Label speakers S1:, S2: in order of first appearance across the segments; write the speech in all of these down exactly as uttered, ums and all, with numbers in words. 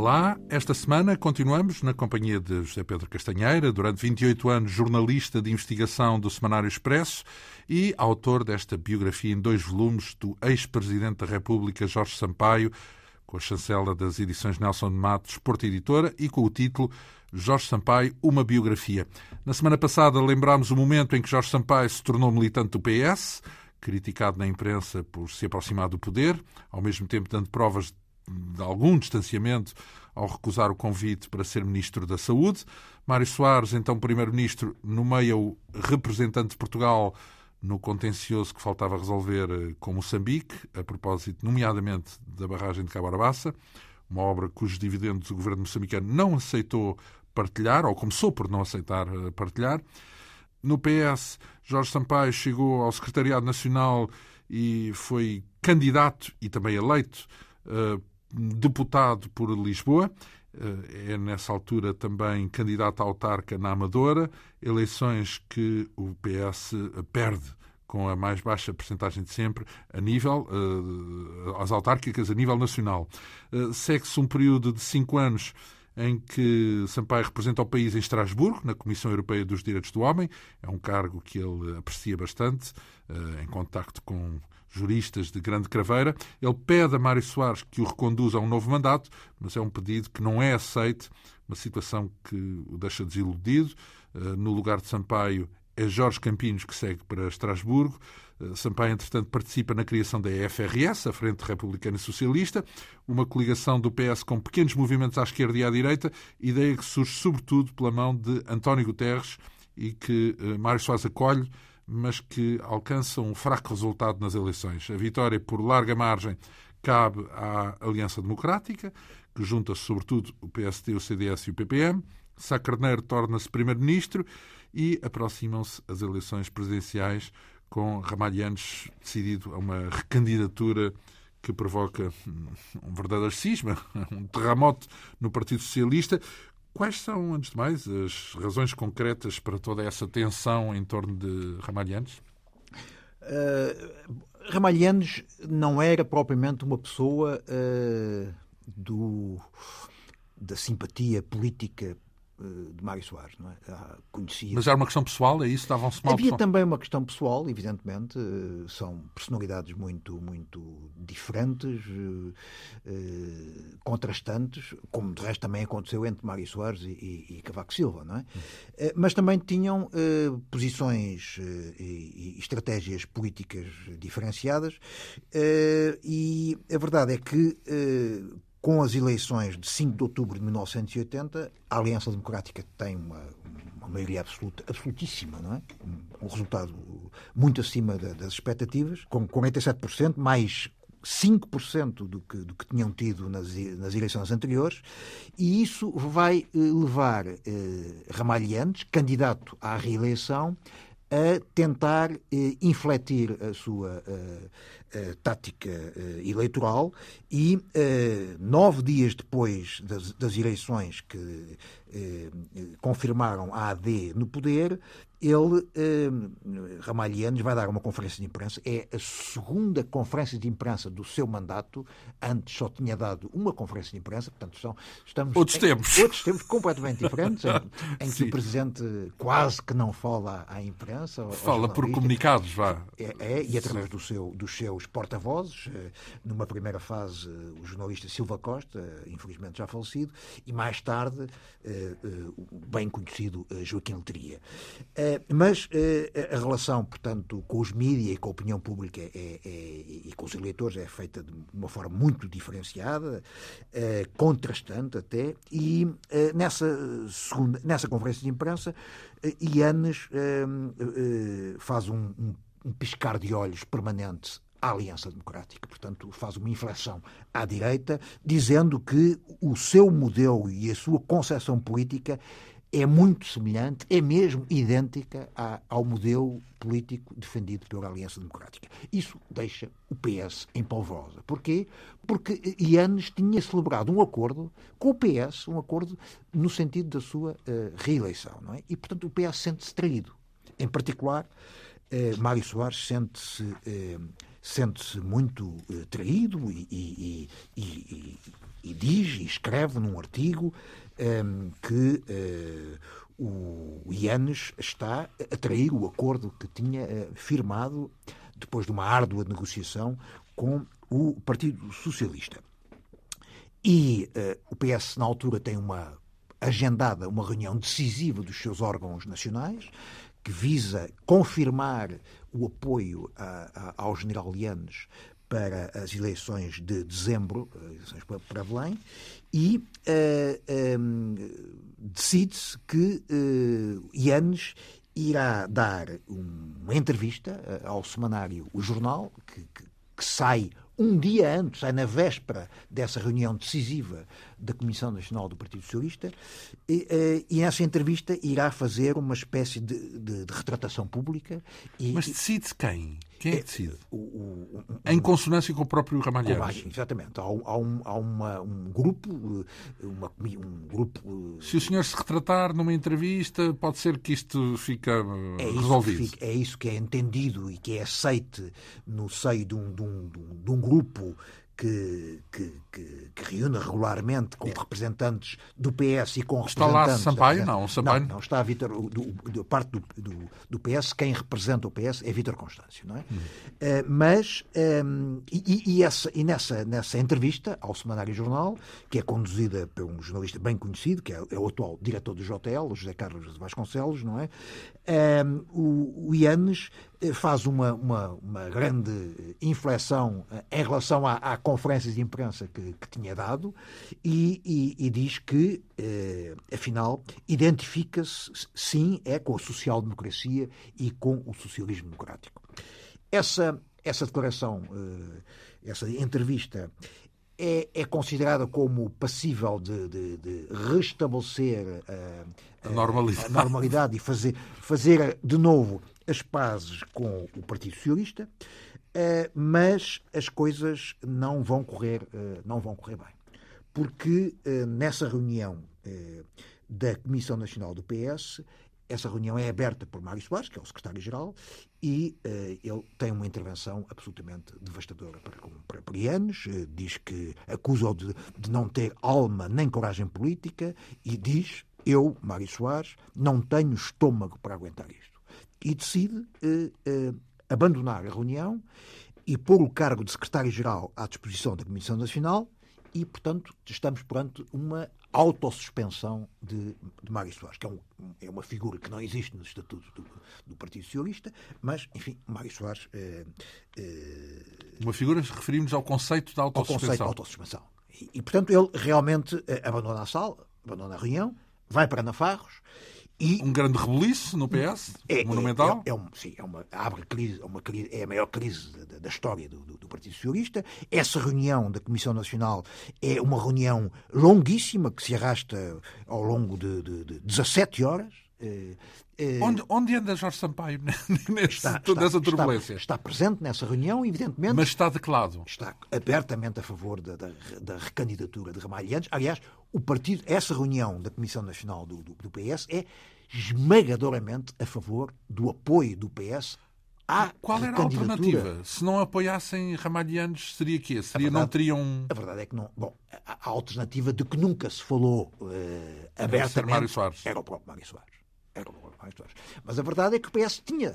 S1: Olá, esta semana continuamos na companhia de José Pedro Castanheira, durante vinte e oito anos jornalista de investigação do Semanário Expresso e autor desta biografia em dois volumes do ex-presidente da República, Jorge Sampaio, com a chancela das edições Nelson de Matos, Porta Editora, e com o título Jorge Sampaio, uma biografia. Na semana passada lembrámos o momento em que Jorge Sampaio se tornou militante do P S, criticado na imprensa por se aproximar do poder, ao mesmo tempo dando provas de algum distanciamento ao recusar o convite para ser Ministro da Saúde. Mário Soares, então Primeiro-Ministro, nomeia o representante de Portugal no contencioso que faltava resolver com Moçambique, a propósito, nomeadamente, da barragem de Cabo Arbaça, uma obra cujos dividendos o governo moçambicano não aceitou partilhar, ou começou por não aceitar partilhar. No P S, Jorge Sampaio chegou ao Secretariado Nacional e foi candidato e também eleito uh, deputado por Lisboa. Uh, é, nessa altura, também candidato a autarca na Amadora, eleições que o P S perde com a mais baixa percentagem de sempre a nível, uh, às autárquicas a nível nacional. Uh, segue-se um período de cinco anos em que Sampaio representa o país em Estrasburgo, na Comissão Europeia dos Direitos do Homem. É um cargo que ele aprecia bastante, em contacto com juristas de grande craveira. Ele pede a Mário Soares que o reconduza a um novo mandato, mas é um pedido que não é aceito, uma situação que o deixa desiludido. No lugar de Sampaio, é Jorge Campinos que segue para Estrasburgo. Sampaio, entretanto, participa na criação da E F R S, a Frente Republicana e Socialista, uma coligação do P S com pequenos movimentos à esquerda e à direita, ideia que surge sobretudo pela mão de António Guterres e que uh, Mário Soares acolhe, mas que alcança um fraco resultado nas eleições. A vitória por larga margem cabe à Aliança Democrática, que junta sobretudo o P S D, o C D S e o P P M. Sá Carneiro torna-se Primeiro-Ministro e aproximam-se as eleições presidenciais, com Ramalhianes decidido a uma recandidatura que provoca um verdadeiro cisma, um terremoto no Partido Socialista. Quais são, antes de mais, as razões concretas para toda essa tensão em torno de Ramalhianes?
S2: Uh, Ramalhianes não era propriamente uma pessoa uh, do, da simpatia política de Mário Soares, não é? Conhecia...
S1: Mas era uma questão pessoal, é isso? Estavam-se mal?
S2: Havia também uma questão pessoal, evidentemente. São personalidades muito, muito diferentes, eh, contrastantes, como de resto também aconteceu entre Mário Soares e, e, e Cavaco Silva, não é? Hum. Mas também tinham eh, posições eh, e, e estratégias políticas diferenciadas, eh, e a verdade é que eh, com as eleições de cinco de outubro de mil novecentos e oitenta, a Aliança Democrática tem uma, uma maioria absoluta, absolutíssima, não é? Um, um resultado muito acima da, das expectativas, com quarenta e sete por cento, mais cinco por cento do que, do que tinham tido nas, nas eleições anteriores, e isso vai eh, levar eh, Ramalhianes, candidato à reeleição, a tentar eh, infletir a sua eh, eh, tática eh, eleitoral e, eh, nove dias depois das, das eleições que eh, confirmaram a A D no poder, ele, eh, Ramalhianes, vai dar uma conferência de imprensa. É a segunda conferência de imprensa do seu mandato. Antes só tinha dado uma conferência de imprensa, portanto são, estamos
S1: outros
S2: em
S1: tempos,
S2: outros tempos completamente diferentes, em, em que o Presidente quase que não fala à imprensa.
S1: Fala por comunicados, vá.
S2: É, é, e através do seu, dos seus porta-vozes. Numa primeira fase, o jornalista Silva Costa, infelizmente já falecido, e mais tarde o bem conhecido Joaquim Letria. Mas a relação, portanto, com os mídias e com a opinião pública é, é, e com os eleitores é feita de uma forma muito diferenciada, é, contrastante até, e é, nessa, segunda, nessa conferência de imprensa, Yanes é, é, faz um, um, um piscar de olhos permanente à Aliança Democrática, portanto faz uma inflexão à direita, dizendo que o seu modelo e a sua concepção política é muito semelhante, é mesmo idêntica à, ao modelo político defendido pela Aliança Democrática. Isso deixa o P S em polvorosa. Porquê? Porque Yanes tinha celebrado um acordo com o P S, um acordo no sentido da sua uh, reeleição, não é? E, portanto, o P S sente-se traído. Em particular, eh, Mário Soares sente-se eh, sente-se muito eh, traído e, e, e, e, e diz e escreve num artigo eh, que eh, o Ianes está a trair o acordo que tinha eh, firmado depois de uma árdua negociação com o Partido Socialista. E uh, o P S, na altura, tem uma agendada, uma reunião decisiva dos seus órgãos nacionais, que visa confirmar o apoio a, a, ao general Ianes para as eleições de dezembro, eleições para Belém, e uh, um, decide-se que uh, Ianes irá dar uma entrevista uh, ao semanário O Jornal, que, que, que sai um dia antes, sai na véspera dessa reunião decisiva da Comissão Nacional do Partido Socialista, e, e nessa entrevista irá fazer uma espécie de, de, de retratação pública. E,
S1: Mas decide-se quem? Quem é que decide?
S2: O, o, o,
S1: em consonância com o próprio Ramalheiros.
S2: Exatamente. Há, há, um, há uma, um grupo, uma, um grupo...
S1: Se o senhor se retratar numa entrevista, pode ser que isto fica
S2: é
S1: resolvido.
S2: Isso fica, é isso que é entendido e que é aceite no seio de um, de um, de um grupo que, que, que, que reúne regularmente com representantes do P S e com
S1: está
S2: representantes...
S1: Está lá Sampaio?
S2: Da...
S1: Não, Sampaio...
S2: Não, não está Vítor... Da parte do, do, do P S, quem representa o P S é Vítor Constâncio, não é? Uhum. Uh, mas, um, e, e, essa, e nessa, nessa entrevista ao Semanário Jornal, que é conduzida por um jornalista bem conhecido, que é, é o atual diretor do J L, o José Carlos de Vasconcelos, não é? Um, o, o Ianes faz uma, uma, uma grande inflexão em relação à, à conferência de imprensa que, que tinha dado e, e, e diz que, eh, afinal, identifica-se, sim, é com a social-democracia e com o socialismo democrático. Essa, essa declaração, eh, essa entrevista, é, é considerada como passível de, de, de restabelecer a,
S1: a, normalidade.
S2: a normalidade e fazer, fazer de novo as pazes com o Partido Socialista, mas as coisas não vão correr, não vão correr bem. Porque nessa reunião da Comissão Nacional do P S, essa reunião é aberta por Mário Soares, que é o secretário-geral, e ele tem uma intervenção absolutamente devastadora para, para, para Ianes, diz que acusa-o de, de não ter alma nem coragem política e diz, eu, Mário Soares, não tenho estômago para aguentar isto. E decide eh, eh, abandonar a reunião e pôr o cargo de secretário-geral à disposição da Comissão Nacional e, portanto, estamos perante uma autossuspensão de, de Mário Soares, que é, um, é uma figura que não existe nos estatutos do, do Partido Socialista, mas, enfim, Mário Soares... Eh, eh,
S1: uma figura, referimos ao conceito da autossuspensão.
S2: Ao conceito da autossuspensão. E, e, portanto, ele realmente eh, abandona a sala, abandona a reunião, vai para Nafarros. E
S1: um grande rebuliço no P S,
S2: é,
S1: monumental.
S2: É, é, é, um, sim, é uma, abre crise, é, uma crise, é a maior crise da, da história do, do, do Partido Socialista. Essa reunião da Comissão Nacional é uma reunião longuíssima que se arrasta ao longo de, de, de dezassete horas. É, é,
S1: onde, onde anda Jorge Sampaio nesse,
S2: está,
S1: toda
S2: está,
S1: essa turbulência?
S2: Está, está presente nessa reunião, evidentemente.
S1: Mas está declarado.
S2: Está abertamente a favor da, da, da recandidatura de Ramalheiros. Aliás, o partido, essa reunião da Comissão Nacional do, do, do P S é esmagadoramente a favor do apoio do P S à
S1: Qual era a alternativa? Se não apoiassem Ramalheiros, seria quê? Seria,
S2: verdade,
S1: não teriam...
S2: A verdade é que não. Bom, a, a alternativa de que nunca se falou uh, abertamente
S1: Mário Soares.
S2: Era o próprio Mário Soares. Era o próprio Mário Soares. Mas a verdade é que o P S tinha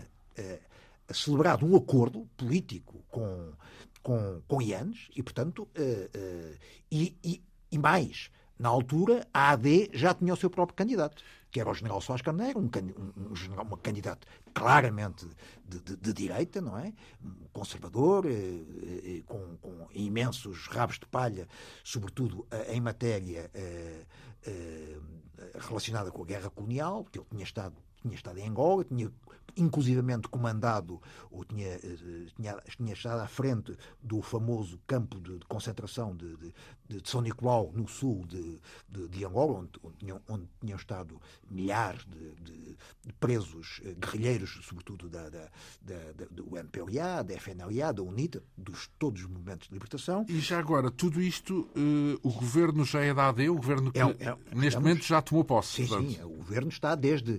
S2: uh, celebrado um acordo político com, com, com Ianes e, portanto, uh, uh, e, e, e mais, na altura, a A D já tinha o seu próprio candidato, que era o general Soares Carneiro, um, um, um general, um candidato claramente de, de, de direita, não é? Um conservador, eh, eh, com, com imensos rabos de palha, sobretudo eh, em matéria eh, eh, relacionada com a guerra colonial, porque ele tinha estado, tinha estado em Angola, tinha inclusivamente comandado, ou tinha, tinha, tinha estado à frente do famoso campo de, de concentração de, de, de São Nicolau, no sul de, de, de Angola, onde, onde, tinham, onde tinham estado milhares de, de, de presos guerrilheiros, sobretudo da, da, da, da, do M P L A, da F N L A, da UNITA, dos todos os movimentos de libertação.
S1: E já agora, tudo isto, uh, o governo já é da A D, o governo que
S2: é, é,
S1: neste
S2: estamos,
S1: momento já tomou posse.
S2: Sim, portanto. sim, o governo está desde, desde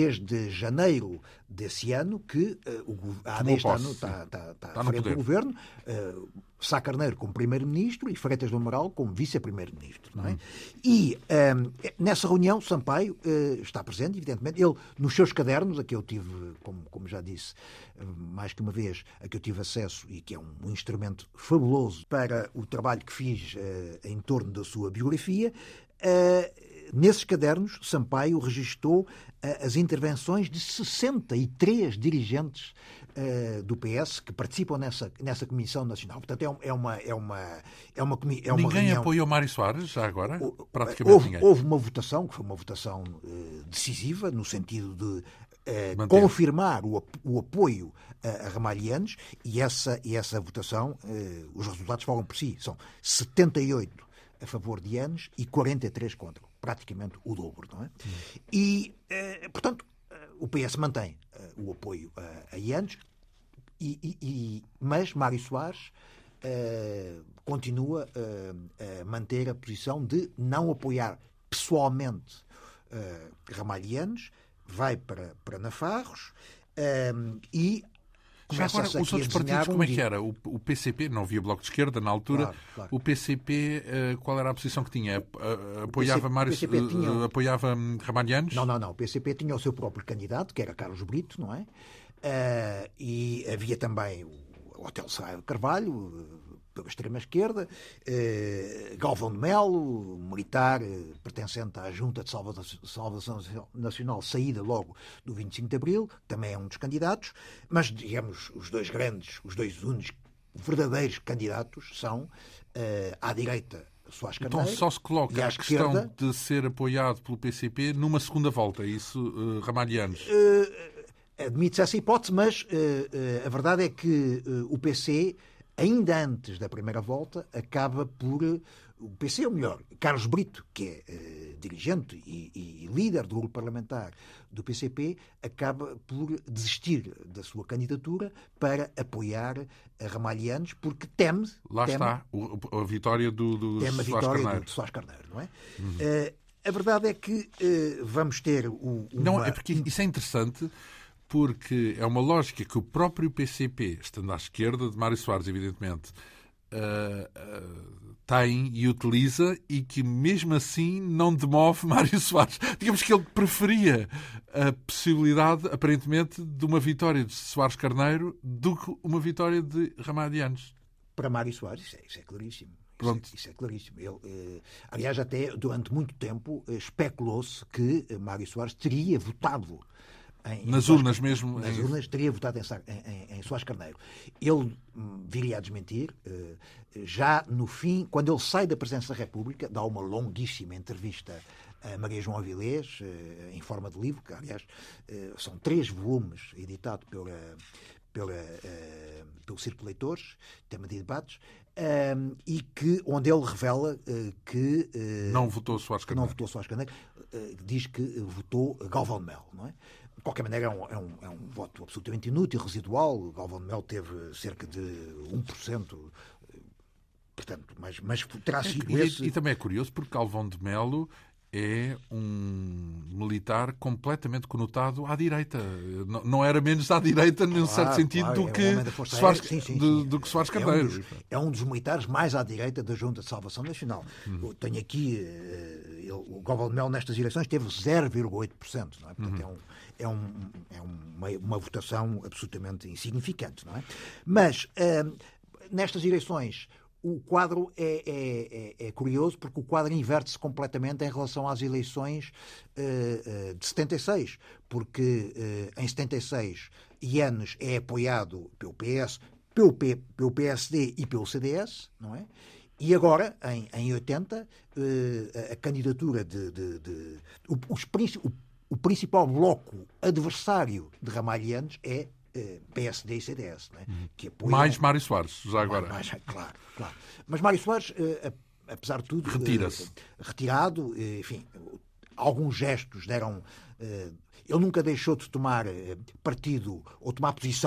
S2: desde janeiro desse ano que uh, o, há deste ano está, está, está, está à frente do governo, uh, Sá Carneiro como primeiro-ministro e Freitas do Amaral como vice-primeiro-ministro. Não é? Hum. E um, nessa reunião Sampaio uh, está presente, evidentemente. Ele, nos seus cadernos, a que eu tive, como, como já disse, mais que uma vez, a que eu tive acesso e que é um, um instrumento fabuloso para o trabalho que fiz uh, em torno da sua biografia, uh, nesses cadernos, Sampaio registou uh, as intervenções de sessenta e três dirigentes uh, do P S que participam nessa, nessa Comissão Nacional. Portanto, é, um, é uma... É uma, é uma, é uma
S1: ninguém
S2: reunião...
S1: apoiou Mário Soares, já agora? O, Praticamente
S2: houve,
S1: ninguém.
S2: Houve uma votação, que foi uma votação uh, decisiva, no sentido de uh, confirmar o, o apoio a, a Ramalhianos, e essa, e essa votação, uh, os resultados falam por si. São setenta e oito a favor de Yanes e quarenta e três contra. Praticamente o dobro, não é? Hum. E, eh, portanto, eh, o P S mantém eh, o apoio a, a Yanes, e, e, e, mas Mário Soares eh, continua eh, a manter a posição de não apoiar pessoalmente eh, Ramalhianos, vai para, para Nafarros eh, e
S1: já agora, os outros partidos, como é que era? O, o P C P, não havia Bloco de Esquerda na altura, claro, claro. O P C P, uh, qual era a posição que tinha? Uh, apoiava Mário, uh, tinha... apoiava Ramalhianos?
S2: Não, não, não. O P C P tinha o seu próprio candidato, que era Carlos Brito, não é? Uh, e havia também o Hotel Serra Carvalho, pela extrema-esquerda, eh, Galvão de Melo, militar eh, pertencente à Junta de Salvação Nacional, saída logo do vinte e cinco de Abril, também é um dos candidatos, mas, digamos, os dois grandes, os dois únicos verdadeiros candidatos são eh, à direita Soares Carneiro.
S1: Então só se coloca a questão esquerda, de ser apoiado pelo P C P numa segunda volta, é isso, uh, Ramalhianos?
S2: Uh, admite-se essa hipótese, mas uh, uh, a verdade é que uh, o P C, ainda antes da primeira volta, acaba por... O P C, ou melhor, Carlos Brito, que é uh, dirigente e, e líder do grupo parlamentar do P C P, acaba por desistir da sua candidatura para apoiar a Ramalhianos, porque teme...
S1: Lá
S2: teme,
S1: está, o, a vitória do, do
S2: teme a
S1: Soares
S2: vitória
S1: Carneiro.
S2: do Soares Carneiro, não é? Uhum. Uh, a verdade é que uh, vamos ter... O, uma...
S1: Não, é porque isso é interessante... porque é uma lógica que o próprio P C P, estando à esquerda de Mário Soares, evidentemente, uh, uh, tem e utiliza, e que mesmo assim não demove Mário Soares. Digamos que ele preferia a possibilidade, aparentemente, de uma vitória de Soares Carneiro do que uma vitória de Ramalhianos.
S2: Para Mário Soares, isso é, isso é claríssimo.
S1: Pronto.
S2: Isso, é, isso é claríssimo. Ele, eh, aliás, até durante muito tempo eh, especulou-se que eh, Mário Soares teria votado Em,
S1: nas
S2: em
S1: urnas
S2: Soares,
S1: mesmo?
S2: Nas
S1: em...
S2: urnas, teria votado em, em, em Soares Carneiro. Ele hum, viria a desmentir. Uh, já no fim, quando ele sai da presidência da República, dá uma longuíssima entrevista a Maria João Avilés, uh, em forma de livro, que, aliás, uh, são três volumes, editado pela, pela, uh, pelo Círculo de Leitores, tema de debates, uh, e que, onde ele revela uh, que... Uh,
S1: não votou Soares Carneiro.
S2: Não votou Soares Carneiro. Uh, diz que votou Galvão de Melo, não é? De qualquer maneira, é um, é, um, é um voto absolutamente inútil, residual. O Galvão de Melo teve cerca de um por cento, portanto, mas, mas terá sido
S1: e,
S2: esse...
S1: E, e também é curioso porque Galvão de Melo é um militar completamente conotado à direita. Não, não era menos à direita, num claro, certo sentido, claro, do,
S2: é
S1: que Soares, sim, sim, do, sim. do que Soares Carneiro.
S2: É um, dos, é um dos militares mais à direita da Junta de Salvação Nacional. Hum. Eu tenho aqui... Ele, o Galvão de Melo, nestas eleições, teve zero vírgula oito por cento. Não é? Portanto, hum. é, um, é, um, é uma, uma votação absolutamente insignificante. Não é? Mas, uh, nestas eleições... O quadro é, é, é, é curioso porque o quadro inverte-se completamente em relação às eleições uh, uh, de setenta e seis, porque uh, em setenta e seis Yanes é apoiado pelo P S, pelo, P, pelo P S D e pelo C D S, não é? E agora, em, em oitenta, uh, a, a candidatura de... de, de o, os, o, o principal bloco adversário de Ramalhianos é P S D e C D S, não é? Que apoiam...
S1: Mais Mário Soares, já agora.
S2: Mais, mais, claro, claro. Mas Mário Soares, apesar de tudo...
S1: Retira-se.
S2: Retirado, enfim, alguns gestos deram... Ele nunca deixou de tomar partido ou tomar posição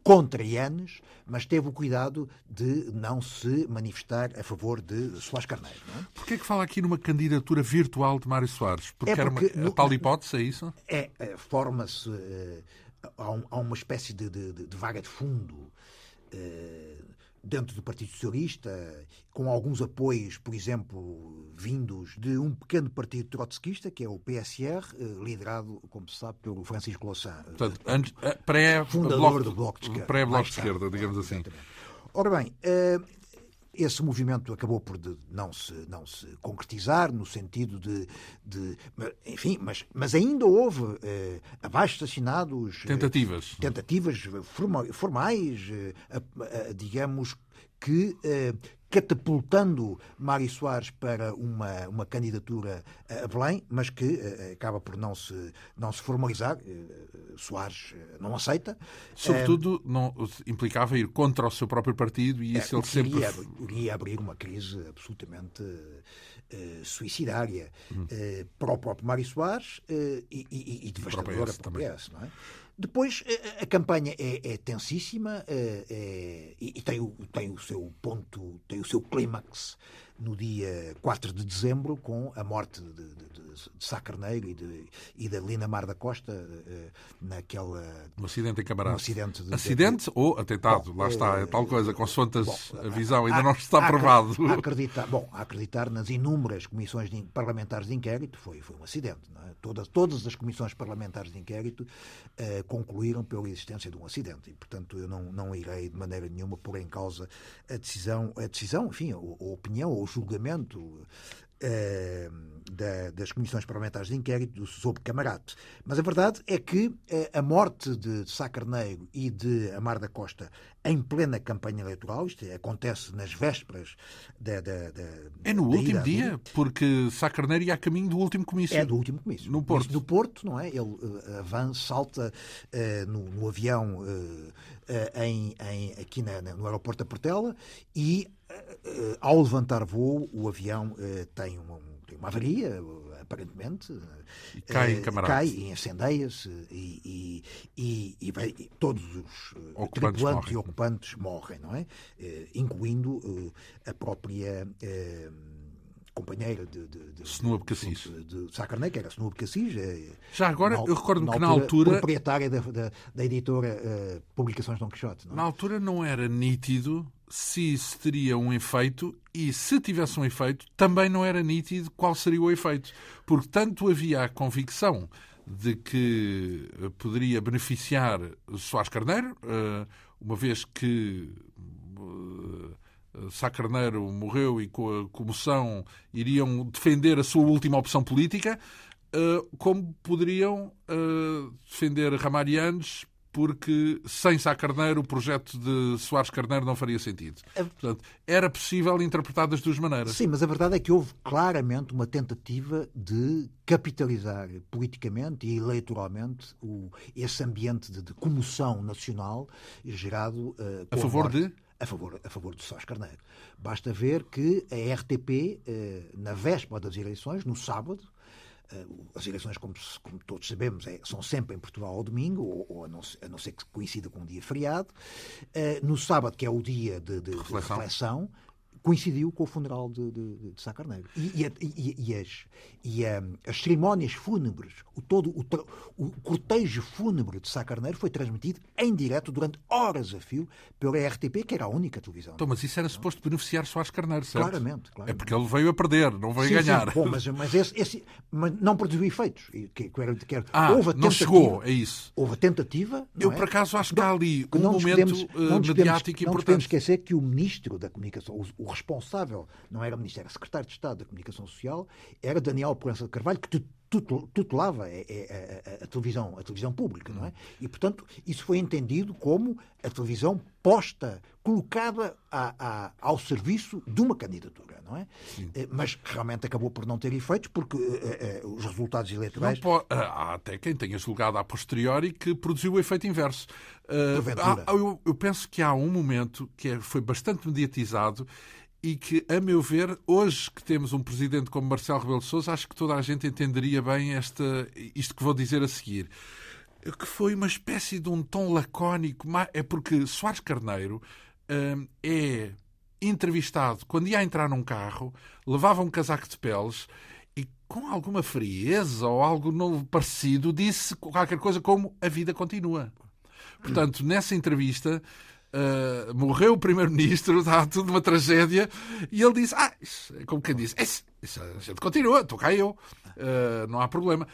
S2: contra ienes, mas teve o cuidado de não se manifestar a favor de Soares Carneiro. Não é?
S1: Porquê é que fala aqui numa candidatura virtual de Mário Soares? Porque,
S2: É porque
S1: era uma, a tal hipótese, é isso?
S2: É, é forma-se, uh, há, um, há uma espécie de, de, de vaga de fundo uh, dentro do Partido Socialista, com alguns apoios, por exemplo, vindos de um pequeno partido trotskista, que é o P S R, liderado, como se sabe, pelo Francisco Louçã,
S1: Portanto, antes, pré
S2: fundador
S1: bloco,
S2: do Bloco de Esquerda.
S1: Pré-Bloco de Esquerda, digamos assim.
S2: Exatamente. Ora bem, esse movimento acabou por de não, se, não se concretizar, no sentido de... de enfim, mas, mas ainda houve eh, abaixo-assinados...
S1: Tentativas.
S2: Eh, tentativas forma, formais, eh, a, a, digamos, que... Eh, catapultando Mário Soares para uma, uma candidatura a Belém, mas que uh, acaba por não se, não se formalizar. Uh, Soares uh, não aceita.
S1: Sobretudo, uh, não, implicava ir contra o seu próprio partido e isso uh, ele sempre...
S2: Iria, iria abrir uma crise absolutamente uh, suicidária hum. uh, para o próprio Mário Soares uh, e, e, e devastadora para o P S, não é? Depois, a, a campanha é, é tensíssima é, é, e, e tem, o, tem o seu ponto, tem o seu clímax no dia quatro de dezembro, com a morte de, de, de, de Sá Carneiro e, de, e da Lina Mar da Costa naquela...
S1: No acidente em Camarate.
S2: No acidente, de,
S1: acidente
S2: de,
S1: ou atentado, bom, lá está, é tal coisa, consoante a visão, ainda
S2: há,
S1: não está
S2: há,
S1: provado.
S2: A acreditar, bom, a acreditar nas inúmeras comissões de, parlamentares de inquérito, foi, foi um acidente, não é? Todas, todas as comissões parlamentares de inquérito uh, concluíram pela existência de um acidente e, portanto, eu não, não irei de maneira nenhuma pôr em causa a decisão, a decisão, enfim, a, a opinião ou o julgamento uh, da, das comissões parlamentares de inquérito sobre Camarate. Mas a verdade é que uh, a morte de Sá Carneiro e de Amar da Costa em plena campanha eleitoral, isto acontece nas vésperas da... da, da
S1: é no
S2: da
S1: último dia, porque Sá Carneiro ia a caminho do último comício.
S2: É do último comício.
S1: No Porto.
S2: No Porto, não é? Ele uh, avança, salta uh, no, no avião uh, uh, em, em, aqui na, no aeroporto da Portela e uh, ao levantar voo o avião uh, tem, uma, tem uma avaria, uh, aparentemente.
S1: E cai
S2: uh,
S1: em Camarate.
S2: Cai e incendeia-se e, e, e, e, e todos os uh, tripulantes morrem. E ocupantes morrem, não é? Uh, incluindo uh, a própria... Uh, companheira de, de, de,
S1: Snoop Cassis.
S2: de, de, de Sá Carneiro, que era Snoop Cassis.
S1: Já agora,
S2: na,
S1: eu recordo-me
S2: na
S1: que na
S2: altura,
S1: altura...
S2: proprietária da, da, da editora uh, Publicações Dom Quixote. Não é?
S1: Na altura não era nítido se isso teria um efeito e, se tivesse um efeito, também não era nítido qual seria o efeito. Porque tanto havia a convicção de que poderia beneficiar Soares Carneiro, uma vez que Sá Carneiro morreu e com a comoção iriam defender a sua última opção política, como poderiam defender Ramalhianes, porque sem Sá Carneiro o projeto de Soares Carneiro não faria sentido. Portanto, era possível interpretar das duas maneiras.
S2: Sim, mas a verdade é que houve claramente uma tentativa de capitalizar politicamente e eleitoralmente o, esse ambiente de, de comoção nacional gerado uh, com
S1: a favor
S2: a morte,
S1: de?
S2: A favor, a favor de Soares Carneiro. Basta ver que a R T P, uh, na véspera das eleições, no sábado, as eleições, como, como todos sabemos, é, são sempre em Portugal ao domingo, ou, ou a, não, a não ser que coincida com um dia feriado. Uh, no sábado, que é o dia de, de, reflexão. de reflexão, coincidiu com o funeral de, de, de Sá Carneiro. E, e, e, e, as, e um, as cerimónias fúnebres, o, todo, o, o cortejo fúnebre de Sá Carneiro foi transmitido em direto durante horas a fio pela R T P, que era a única televisão.
S1: Então, mas isso era suposto beneficiar Soares Carneiro, certo?
S2: Claramente, claramente.
S1: É porque ele veio a perder, não veio
S2: sim,
S1: a ganhar.
S2: Sim. Bom, mas, mas, esse, esse, mas não produziu efeitos. Que, que era, que era,
S1: ah, houve a não chegou, é isso.
S2: Houve a tentativa.
S1: Eu,
S2: é?
S1: por acaso, acho que há ali um
S2: não
S1: momento
S2: podemos,
S1: uh,
S2: não
S1: mediático
S2: podemos,
S1: importante.
S2: Não podemos esquecer que o Ministro da Comunicação, o, o responsável, não era Ministro, era Secretário de Estado da Comunicação Social, era Daniel Proença de Carvalho, que tutelava a, a, a, a, televisão, a televisão pública, não é? E, portanto, isso foi entendido como a televisão posta, colocada a, a, ao serviço de uma candidatura, não é? Sim. Mas realmente acabou por não ter efeitos, porque uh, uh, os resultados eleitorais...
S1: Não pode, há até quem tenha julgado a posteriori que produziu o efeito inverso. Uh, há, eu, eu penso que há um momento que é, foi bastante mediatizado e que, a meu ver, hoje que temos um presidente como Marcelo Rebelo de Sousa, acho que toda a gente entenderia bem esta, isto que vou dizer a seguir. que foi uma espécie de um tom lacónico. É porque Soares Carneiro hum, é entrevistado quando ia entrar num carro, levava um casaco de peles e com alguma frieza ou algo novo parecido disse qualquer coisa como a vida continua. Portanto, nessa entrevista uh, morreu o primeiro-ministro, está tudo uma tragédia, e ele disse, ah, isso, como quem disse, isso, isso, a gente continua, estou cá eu, uh, não há problema.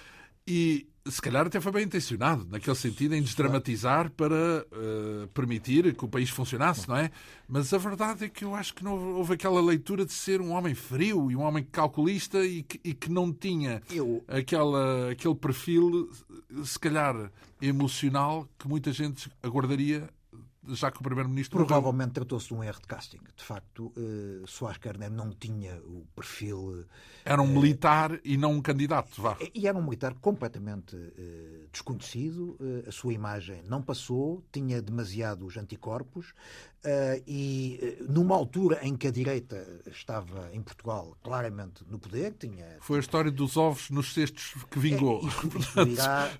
S1: E se calhar até foi bem intencionado, naquele sentido, em desdramatizar para uh, permitir que o país funcionasse, não é? Mas a verdade é que eu acho que não houve aquela leitura de ser um homem frio e um homem calculista e que, e que não tinha eu... aquela, aquele perfil, se calhar, emocional que muita gente aguardaria, já que o Primeiro-Ministro...
S2: Provavelmente tratou-se de um erro de casting. De facto, uh, Soares Carneiro não tinha o perfil...
S1: Era um uh, militar e não um candidato, vá.
S2: E era um militar completamente uh, desconhecido. Uh, a sua imagem não passou, tinha demasiados anticorpos uh, e uh, numa altura em que a direita estava em Portugal claramente no poder, tinha...
S1: Foi a história dos ovos nos cestos que vingou.
S2: É, isso, isso irá,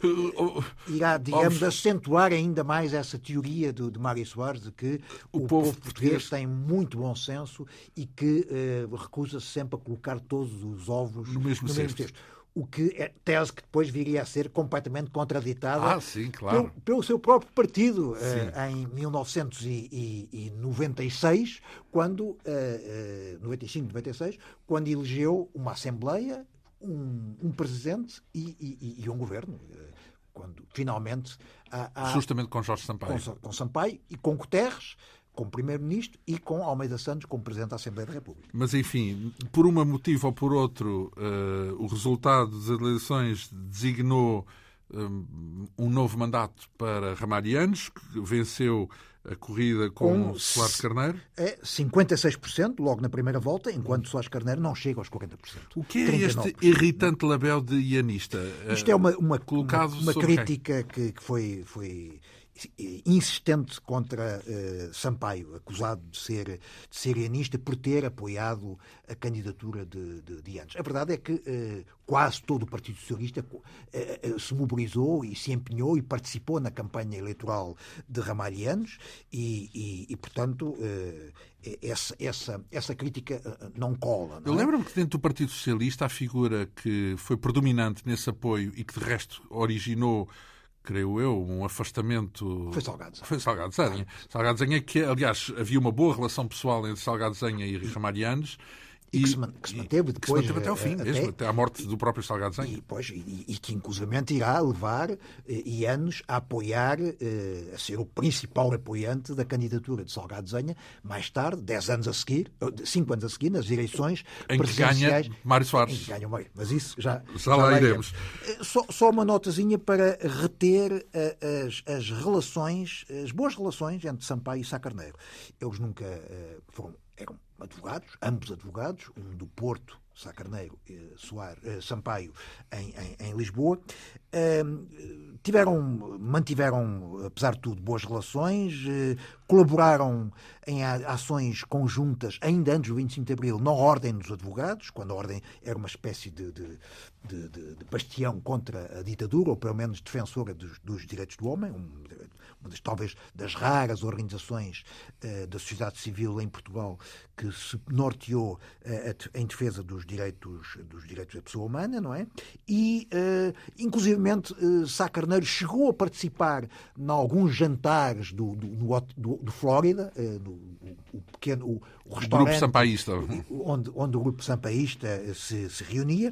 S2: irá, digamos, ovos... acentuar ainda mais essa teoria do, de Mário Soares de que o, o povo, povo português, português tem muito bom senso e que uh, recusa-se sempre a colocar todos os ovos
S1: no mesmo,
S2: no
S1: cesto.
S2: mesmo cesto. O que é tese que depois viria a ser completamente contraditada
S1: ah, sim, claro.
S2: pelo, pelo seu próprio partido uh, em mil novecentos e noventa e seis, quando, uh, uh, noventa e cinco, noventa e seis, quando elegeu uma Assembleia, um, um Presidente e, e, e um Governo. Uh, quando finalmente... Há, há,
S1: justamente com Jorge Sampaio.
S2: Com, com Sampaio e com Guterres, como Primeiro-Ministro, e com Almeida Santos como Presidente da Assembleia da República.
S1: Mas, enfim, por um motivo ou por outro, uh, o resultado das eleições designou um, um novo mandato para Ramalhianes, que venceu a corrida com, com Soares Carneiro.
S2: É cinquenta e seis por cento logo na primeira volta, enquanto Soares Carneiro não chega aos quarenta por cento.
S1: O que é este irritante labéu de ianista?
S2: Isto é uma, uma,
S1: colocado
S2: uma, uma crítica que, que foi... foi... insistente contra uh, Sampaio, acusado de ser, de ser ianista por ter apoiado a candidatura de, de, de Eanes. A verdade é que uh, quase todo o Partido Socialista uh, uh, se mobilizou e se empenhou e participou na campanha eleitoral de Ramalhianes e, e, e portanto, uh, essa, essa, essa crítica não cola. Não é?
S1: Eu lembro-me que dentro do Partido Socialista a figura que foi predominante nesse apoio e que de resto originou, creio eu, um afastamento...
S2: Foi Salgado Zenha.
S1: Foi Salgado Zenha. Salgado Zenha, que, aliás, havia uma boa relação pessoal entre Salgado Zenha e Ramalhianes.
S2: E, e que, se, man, que se manteve depois...
S1: Que se manteve até ao fim,
S2: até,
S1: mesmo, até à morte do próprio Salgado Zenha.
S2: E, pois, e, e que, inclusivamente, irá levar eh, anos a apoiar, eh, a ser o principal apoiante da candidatura de Salgado Zenha, mais tarde, dez anos a seguir, cinco anos a seguir, nas eleições
S1: em que ganha Mário Soares.
S2: Em que ganha Mário. Mas isso já...
S1: Já, já lá iremos.
S2: iremos. Só, só uma notazinha para reter uh, as, as relações, as boas relações entre Sampaio e Sá Carneiro. Eles nunca uh, foram... eram advogados, ambos advogados, um do Porto, Sá Carneiro, eh, Soares, eh, Sampaio, em, em, em Lisboa. Eh, tiveram, mantiveram, apesar de tudo, boas relações, eh, colaboraram em ações conjuntas, ainda antes do vinte e cinco de Abril, na Ordem dos Advogados, quando a Ordem era uma espécie de, de, de, de, de bastião contra a ditadura, ou pelo menos defensora dos, dos direitos do homem, um, uma das, talvez das raras organizações uh, da sociedade civil em Portugal que se norteou uh, em defesa dos direitos, dos direitos da pessoa humana, não é? E, uh, inclusivamente, uh, Sá Carneiro chegou a participar em alguns jantares do, do, do, do, do Flórida, uh, do, o pequeno o, o restaurante...
S1: O grupo sampaísta.
S2: Onde, onde o grupo sampaísta se, se reunia.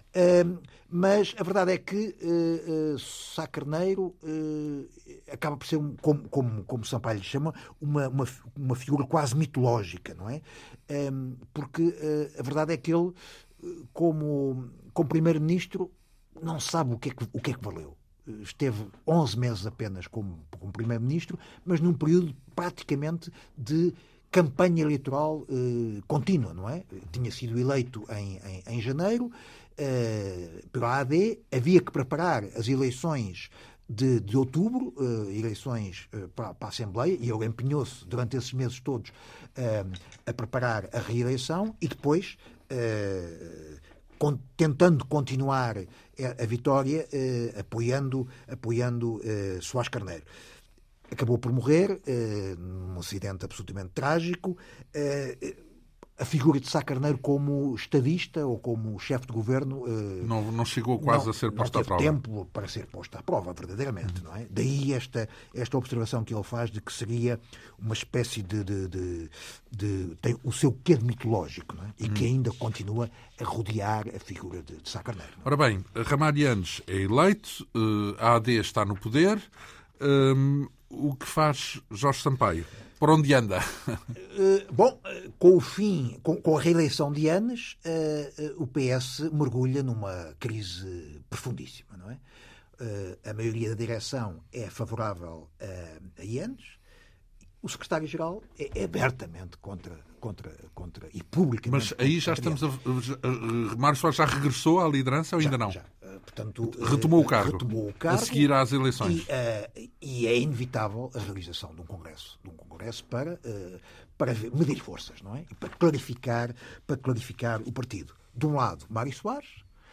S2: Uh, mas a verdade é que uh, uh, Sá Carneiro uh, acaba por ser, um, como, como, como Sampaio lhe chama, uma, uma, uma figura quase mitológica, não é? Um, porque uh, a verdade é que ele, como, como primeiro-ministro, não sabe o que é que, o que, é que valeu. Esteve onze meses apenas como, como primeiro-ministro, mas num período praticamente de campanha eleitoral uh, contínua, não é? Tinha sido eleito em, em, em janeiro, Uh, pela A D, havia que preparar as eleições de, de outubro, uh, eleições uh, para, para a Assembleia, e ele empenhou-se durante esses meses todos uh, a preparar a reeleição e depois, uh, con, tentando continuar a, a vitória, uh, apoiando, apoiando uh, Soares Carneiro. Acabou por morrer uh, num acidente absolutamente trágico. Uh, a figura de Sá Carneiro como estadista ou como chefe de governo uh,
S1: não, não chegou quase
S2: não,
S1: a ser posta
S2: à
S1: prova.
S2: Não teve tempo para ser posta à prova, verdadeiramente. Não é? Daí esta, esta observação que ele faz de que seria uma espécie de... de, de, de tem o seu quê de mitológico, não é? E hum. que ainda continua a rodear a figura de, de Sá Carneiro. Não é?
S1: Ora bem, Ramalhianes é eleito, uh, a A D está no poder. Um, o que faz Jorge Sampaio? Por onde anda?
S2: Uh, bom, uh, com o fim, com, com a reeleição de Yanes, uh, uh, o P S mergulha numa crise profundíssima, não é? Uh, a maioria da direção é favorável a, a Yanes. O secretário-geral é abertamente contra, contra, contra e publicamente.
S1: Mas aí já estamos a, a, a Mário Soares já regressou à liderança ou
S2: já,
S1: ainda não?
S2: Já. Portanto,
S1: retomou o cargo,
S2: retomou o cargo
S1: a seguir às eleições.
S2: E, uh, e é inevitável a realização de um congresso, de um congresso para, uh, para medir forças, não é? E para clarificar, para clarificar o partido. De um lado, Mário Soares,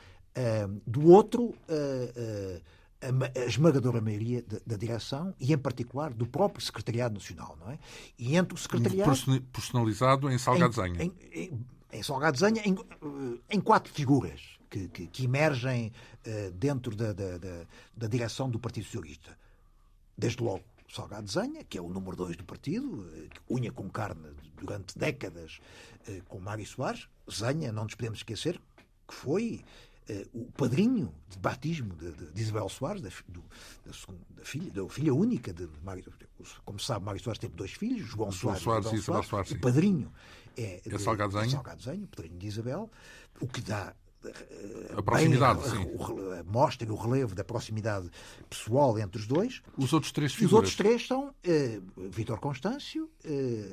S2: uh, do outro, uh, uh, a, a esmagadora maioria da, da direção e, em particular, do próprio Secretariado Nacional, não é? E entre o Secretariado...
S1: Personalizado em Salgadesenha.
S2: Em, em, em, em Salgadesenha, em, em quatro figuras que, que, que emergem uh, dentro da, da, da, da direção do Partido Socialista. Desde logo, Salgadesenha, que é o número dois do partido, uh, unha com carne durante décadas uh, com Mário Soares. Zenha, não nos podemos esquecer, que foi uh, o padrinho de batismo de, de, de Isabel Soares, da, do, da, da, filha, da filha única de Mário. Como se sabe, Mário Soares teve dois filhos, João, João Soares,
S1: Soares e Isabel
S2: Soares.
S1: Soares.
S2: O padrinho é,
S1: é Salgadesenha.
S2: Salgadesenha, o padrinho de Isabel, o que dá
S1: a proximidade,
S2: bem,
S1: sim.
S2: O, o, mostra o relevo da proximidade pessoal entre os dois.
S1: Os outros três figuras.
S2: Os outros três são uh, Vítor Constâncio, uh,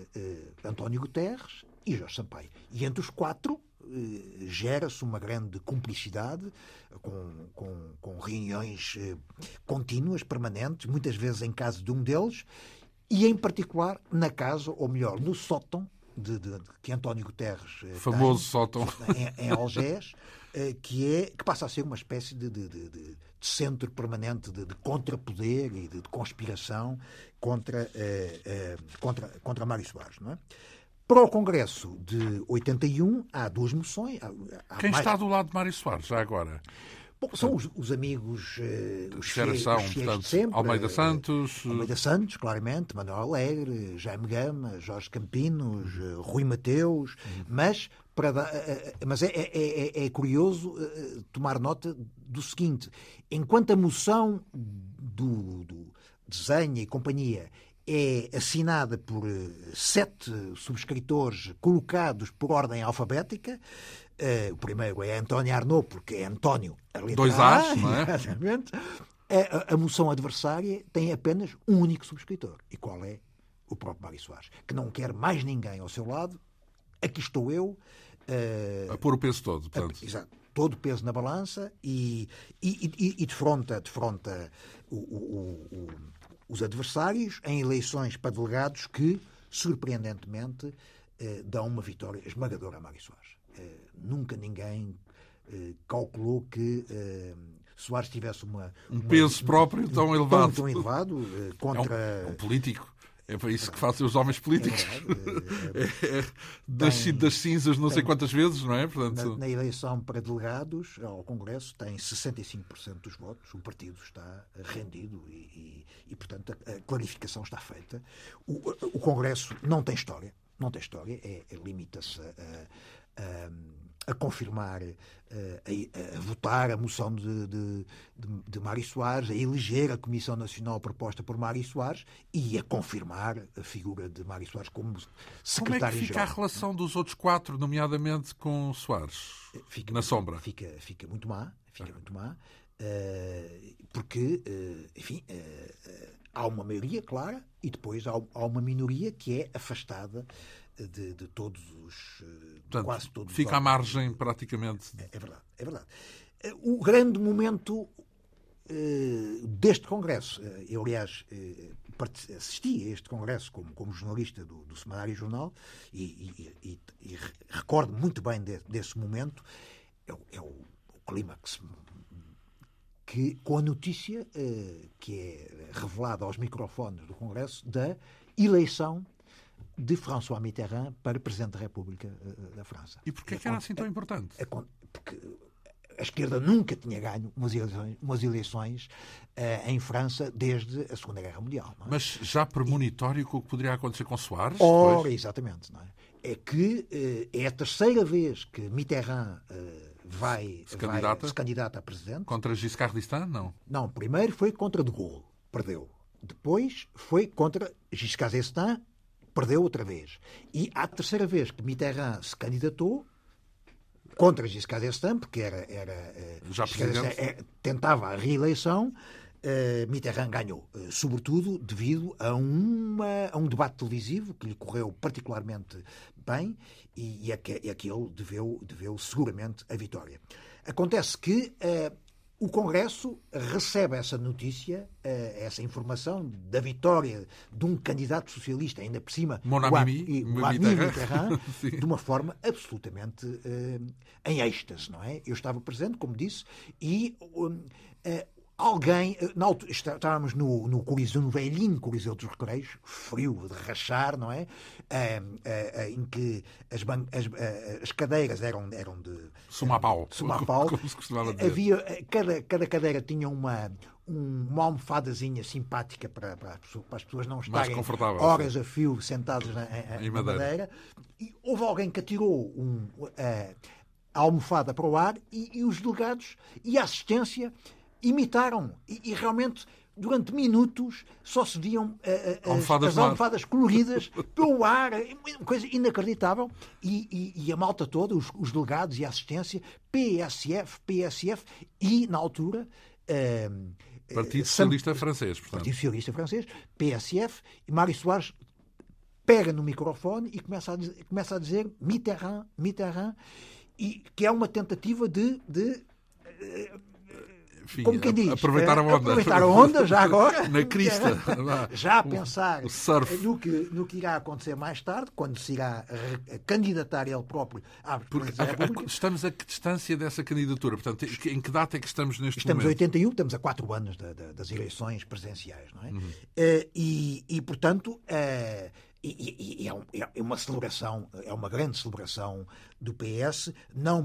S2: uh, António Guterres e Jorge Sampaio. E entre os quatro uh, gera-se uma grande cumplicidade com, com, com reuniões uh, contínuas, permanentes, muitas vezes em casa de um deles e, em particular, na casa, ou melhor, no sótão De, de, de, que António Guterres uh,
S1: famoso
S2: tem,
S1: sótão
S2: em, em Algés, uh, que, é, que passa a ser uma espécie de, de, de, de centro permanente de, de contrapoder e de, de conspiração contra, uh, uh, contra, contra Mário Soares. Não é? Para o Congresso de oitenta e um, há duas moções. Há, há
S1: Quem
S2: mais...
S1: está do lado de Mário Soares, já agora?
S2: Bom, são os, os amigos, uh, os
S1: geração,
S2: fiéis, os fiéis
S1: portanto,
S2: de sempre.
S1: Almeida Santos.
S2: Uh, Almeida Santos, claramente, Manuel Alegre, Jaime Gama, Jorge Campinos, uh, Rui Mateus, uhum. mas, para dar, uh, uh, mas é, é, é, é curioso uh, tomar nota do seguinte: enquanto a moção do, do Desenha e companhia é assinada por uh, sete subscritores colocados por ordem alfabética. Uh, o primeiro é António Arnaud, porque é António a letra
S1: Dois
S2: A,
S1: A's, não é?
S2: Exatamente. A, a moção adversária tem apenas um único subscritor. E qual é? O próprio Mário Soares, que não quer mais ninguém ao seu lado. Aqui estou eu. Uh,
S1: a pôr o peso todo, portanto.
S2: A, exato. Todo o peso na balança e, e, e, e defronta, defronta o, o, o, os adversários em eleições para delegados que, surpreendentemente, uh, dão uma vitória esmagadora a Mário Soares. Uh, nunca ninguém uh, calculou que uh, Soares tivesse uma,
S1: um
S2: uma,
S1: peso próprio tão
S2: um,
S1: elevado.
S2: Tão, tão elevado uh, contra...
S1: É um, um político. É para isso que fazem os homens políticos.
S2: É,
S1: é, é, das, tem, das cinzas não tem, sei quantas vezes, não é?
S2: Portanto, na, na eleição para delegados ao Congresso tem sessenta e cinco por cento dos votos. O partido está rendido e, e, e portanto, a, a clarificação está feita. O, o Congresso não tem história. Não tem história. É, é, limita-se a... A, a confirmar, a, a votar a moção de, de, de, de Mário Soares, a eleger a Comissão Nacional proposta por Mário Soares e a confirmar a figura de Mário Soares como secretário-geral.
S1: Como é que fica a relação dos outros quatro, nomeadamente com Soares,
S2: fica,
S1: na sombra?
S2: Fica, fica muito má, fica muito má, porque, enfim, há uma maioria clara e depois há uma minoria que é afastada De, de todos os...
S1: Portanto,
S2: quase todos
S1: fica
S2: os
S1: à margem praticamente.
S2: É, é verdade, é verdade. O grande momento uh, deste Congresso, uh, eu aliás uh, assisti a este Congresso como, como jornalista do, do Semanário Jornal e, e, e, e recordo muito bem de, desse momento, é o, é o clímax, que, com a notícia uh, que é revelada aos microfones do Congresso da eleição de François Mitterrand para Presidente da República uh, da França.
S1: E porquê é que era assim tão importante?
S2: É, é, porque a esquerda nunca tinha ganho umas eleições, umas eleições uh, em França desde a Segunda Guerra Mundial. Não é?
S1: Mas já premonitório com o que poderia acontecer com Soares?
S2: Ora,
S1: depois?
S2: exatamente. Não é? É que uh, é a terceira vez que Mitterrand uh, vai,
S1: se,
S2: vai
S1: candidata?
S2: se candidata a presidente.
S1: Contra Giscard d'Estaing? Não.
S2: Não, primeiro foi contra de Gaulle, perdeu. Depois foi contra Giscard d'Estaing, perdeu outra vez. E a terceira vez que Mitterrand se candidatou contra Giscard d'Estaing, porque era, era,
S1: Já presidente.
S2: É, tentava a reeleição, uh, Mitterrand ganhou, uh, sobretudo devido a, uma, a um debate televisivo que lhe correu particularmente bem e, e, a, e a que ele deveu, deveu seguramente a vitória. Acontece que uh, o Congresso recebe essa notícia, essa informação da vitória de um candidato socialista, ainda por cima,
S1: Mon
S2: o
S1: ami,
S2: o ami Mitterrand, de uma forma absolutamente uh, em êxtase, não é? Eu estava presente, como disse, e uh, uh, alguém, uh, na altura, estávamos no, no Coliseu, no velhinho Coliseu dos Recreios, frio de rachar, não é? Uh, uh, uh, em que as, ban- as, uh, as cadeiras eram, eram de
S1: Sumapau.
S2: Sumapau.
S1: Como se costumava dizer.
S2: Havia, cada, cada cadeira tinha uma, um, uma almofadazinha simpática para, para, para as pessoas não estarem horas a fio sentadas na, na,
S1: em
S2: na
S1: madeira.
S2: madeira. E houve alguém que atirou um, a, a almofada para o ar e, e os delegados e a assistência imitaram. E, e realmente, durante minutos, só se viam uh, uh,
S1: almofadas
S2: as, as almofadas coloridas pelo ar, uma coisa inacreditável. E, e, e a malta toda, os, os delegados e a assistência, P S F, P S F, e, na altura... Uh,
S1: Partido Socialista Francês, portanto.
S2: Partido Socialista Francês, P S F, e Mário Soares pega no microfone e começa a dizer, começa a dizer Mitterrand, Mitterrand, e, que é uma tentativa de... de
S1: Enfim,
S2: como quem diz,
S1: aproveitar a onda.
S2: Aproveitar a onda, já agora.
S1: Na crista.
S2: Já a pensar
S1: surf.
S2: no que, no que irá acontecer mais tarde, quando se irá candidatar ele próprio à presidência da República.
S1: Estamos a que distância dessa candidatura? Portanto, em que data é que estamos neste
S2: estamos
S1: momento?
S2: Estamos em oitenta e um, estamos a quatro anos da, da, das eleições presidenciais, não é? Uhum. Uh, e, e, portanto... Uh, e, e, e é, um, é uma celebração, é uma grande celebração do P S, não...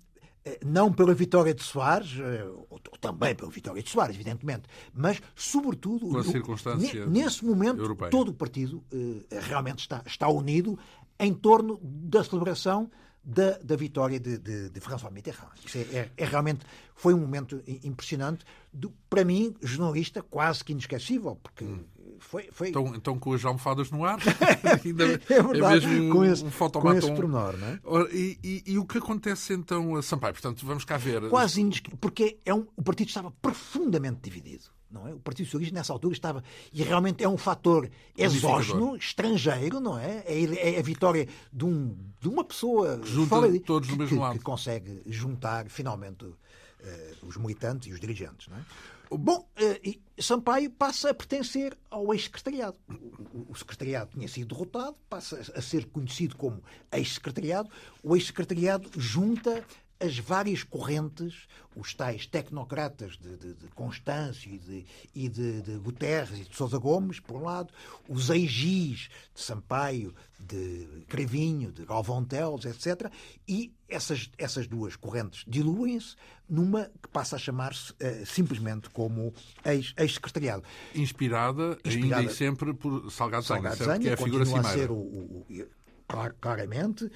S2: Não pela vitória de Soares, ou também pela vitória de Soares, evidentemente, mas, sobretudo,
S1: pela circunstância
S2: nesse momento,
S1: europeia.
S2: Todo o partido uh, realmente está, está unido em torno da celebração da, da vitória de, de, de François Mitterrand. Isso é, é, é realmente, foi um momento impressionante, do, para mim, jornalista, quase que inesquecível, porque... Hum. Foi, foi...
S1: Então, então com as almofadas no ar, ainda
S2: é, verdade,
S1: é mesmo
S2: com esse,
S1: um fotomaton.
S2: Com esse pormenor, não é?
S1: E, e, e o que acontece então a Sampaio? Portanto, vamos cá ver.
S2: Quase inesquecível, porque é um, o partido estava profundamente dividido. Não é? O Partido Socialista, nessa altura, estava... E realmente é um fator exógeno, estrangeiro, não é? É, é a vitória de, um, de uma pessoa...
S1: Junta
S2: fora,
S1: todos no mesmo
S2: que,
S1: lado.
S2: Que consegue juntar, finalmente, uh, os militantes e os dirigentes, não é? Bom, uh, Sampaio passa a pertencer ao ex-secretariado. O, o secretariado tinha sido derrotado, passa a ser conhecido como ex-secretariado. O ex-secretariado junta as várias correntes, os tais tecnocratas de, de, de Constâncio e, de, e de, de Guterres e de Sousa Gomes, por um lado, os ex-gis de Sampaio, de Cravinho, de Galvão Teles, etcétera. E essas, essas duas correntes diluem-se numa que passa a chamar-se uh, simplesmente como ex-secretariado.
S1: Inspirada, Inspirada ainda e sempre por Salgado Zanha, que é a figura cimeira.
S2: Continua a ser o, o, o, clar, claramente...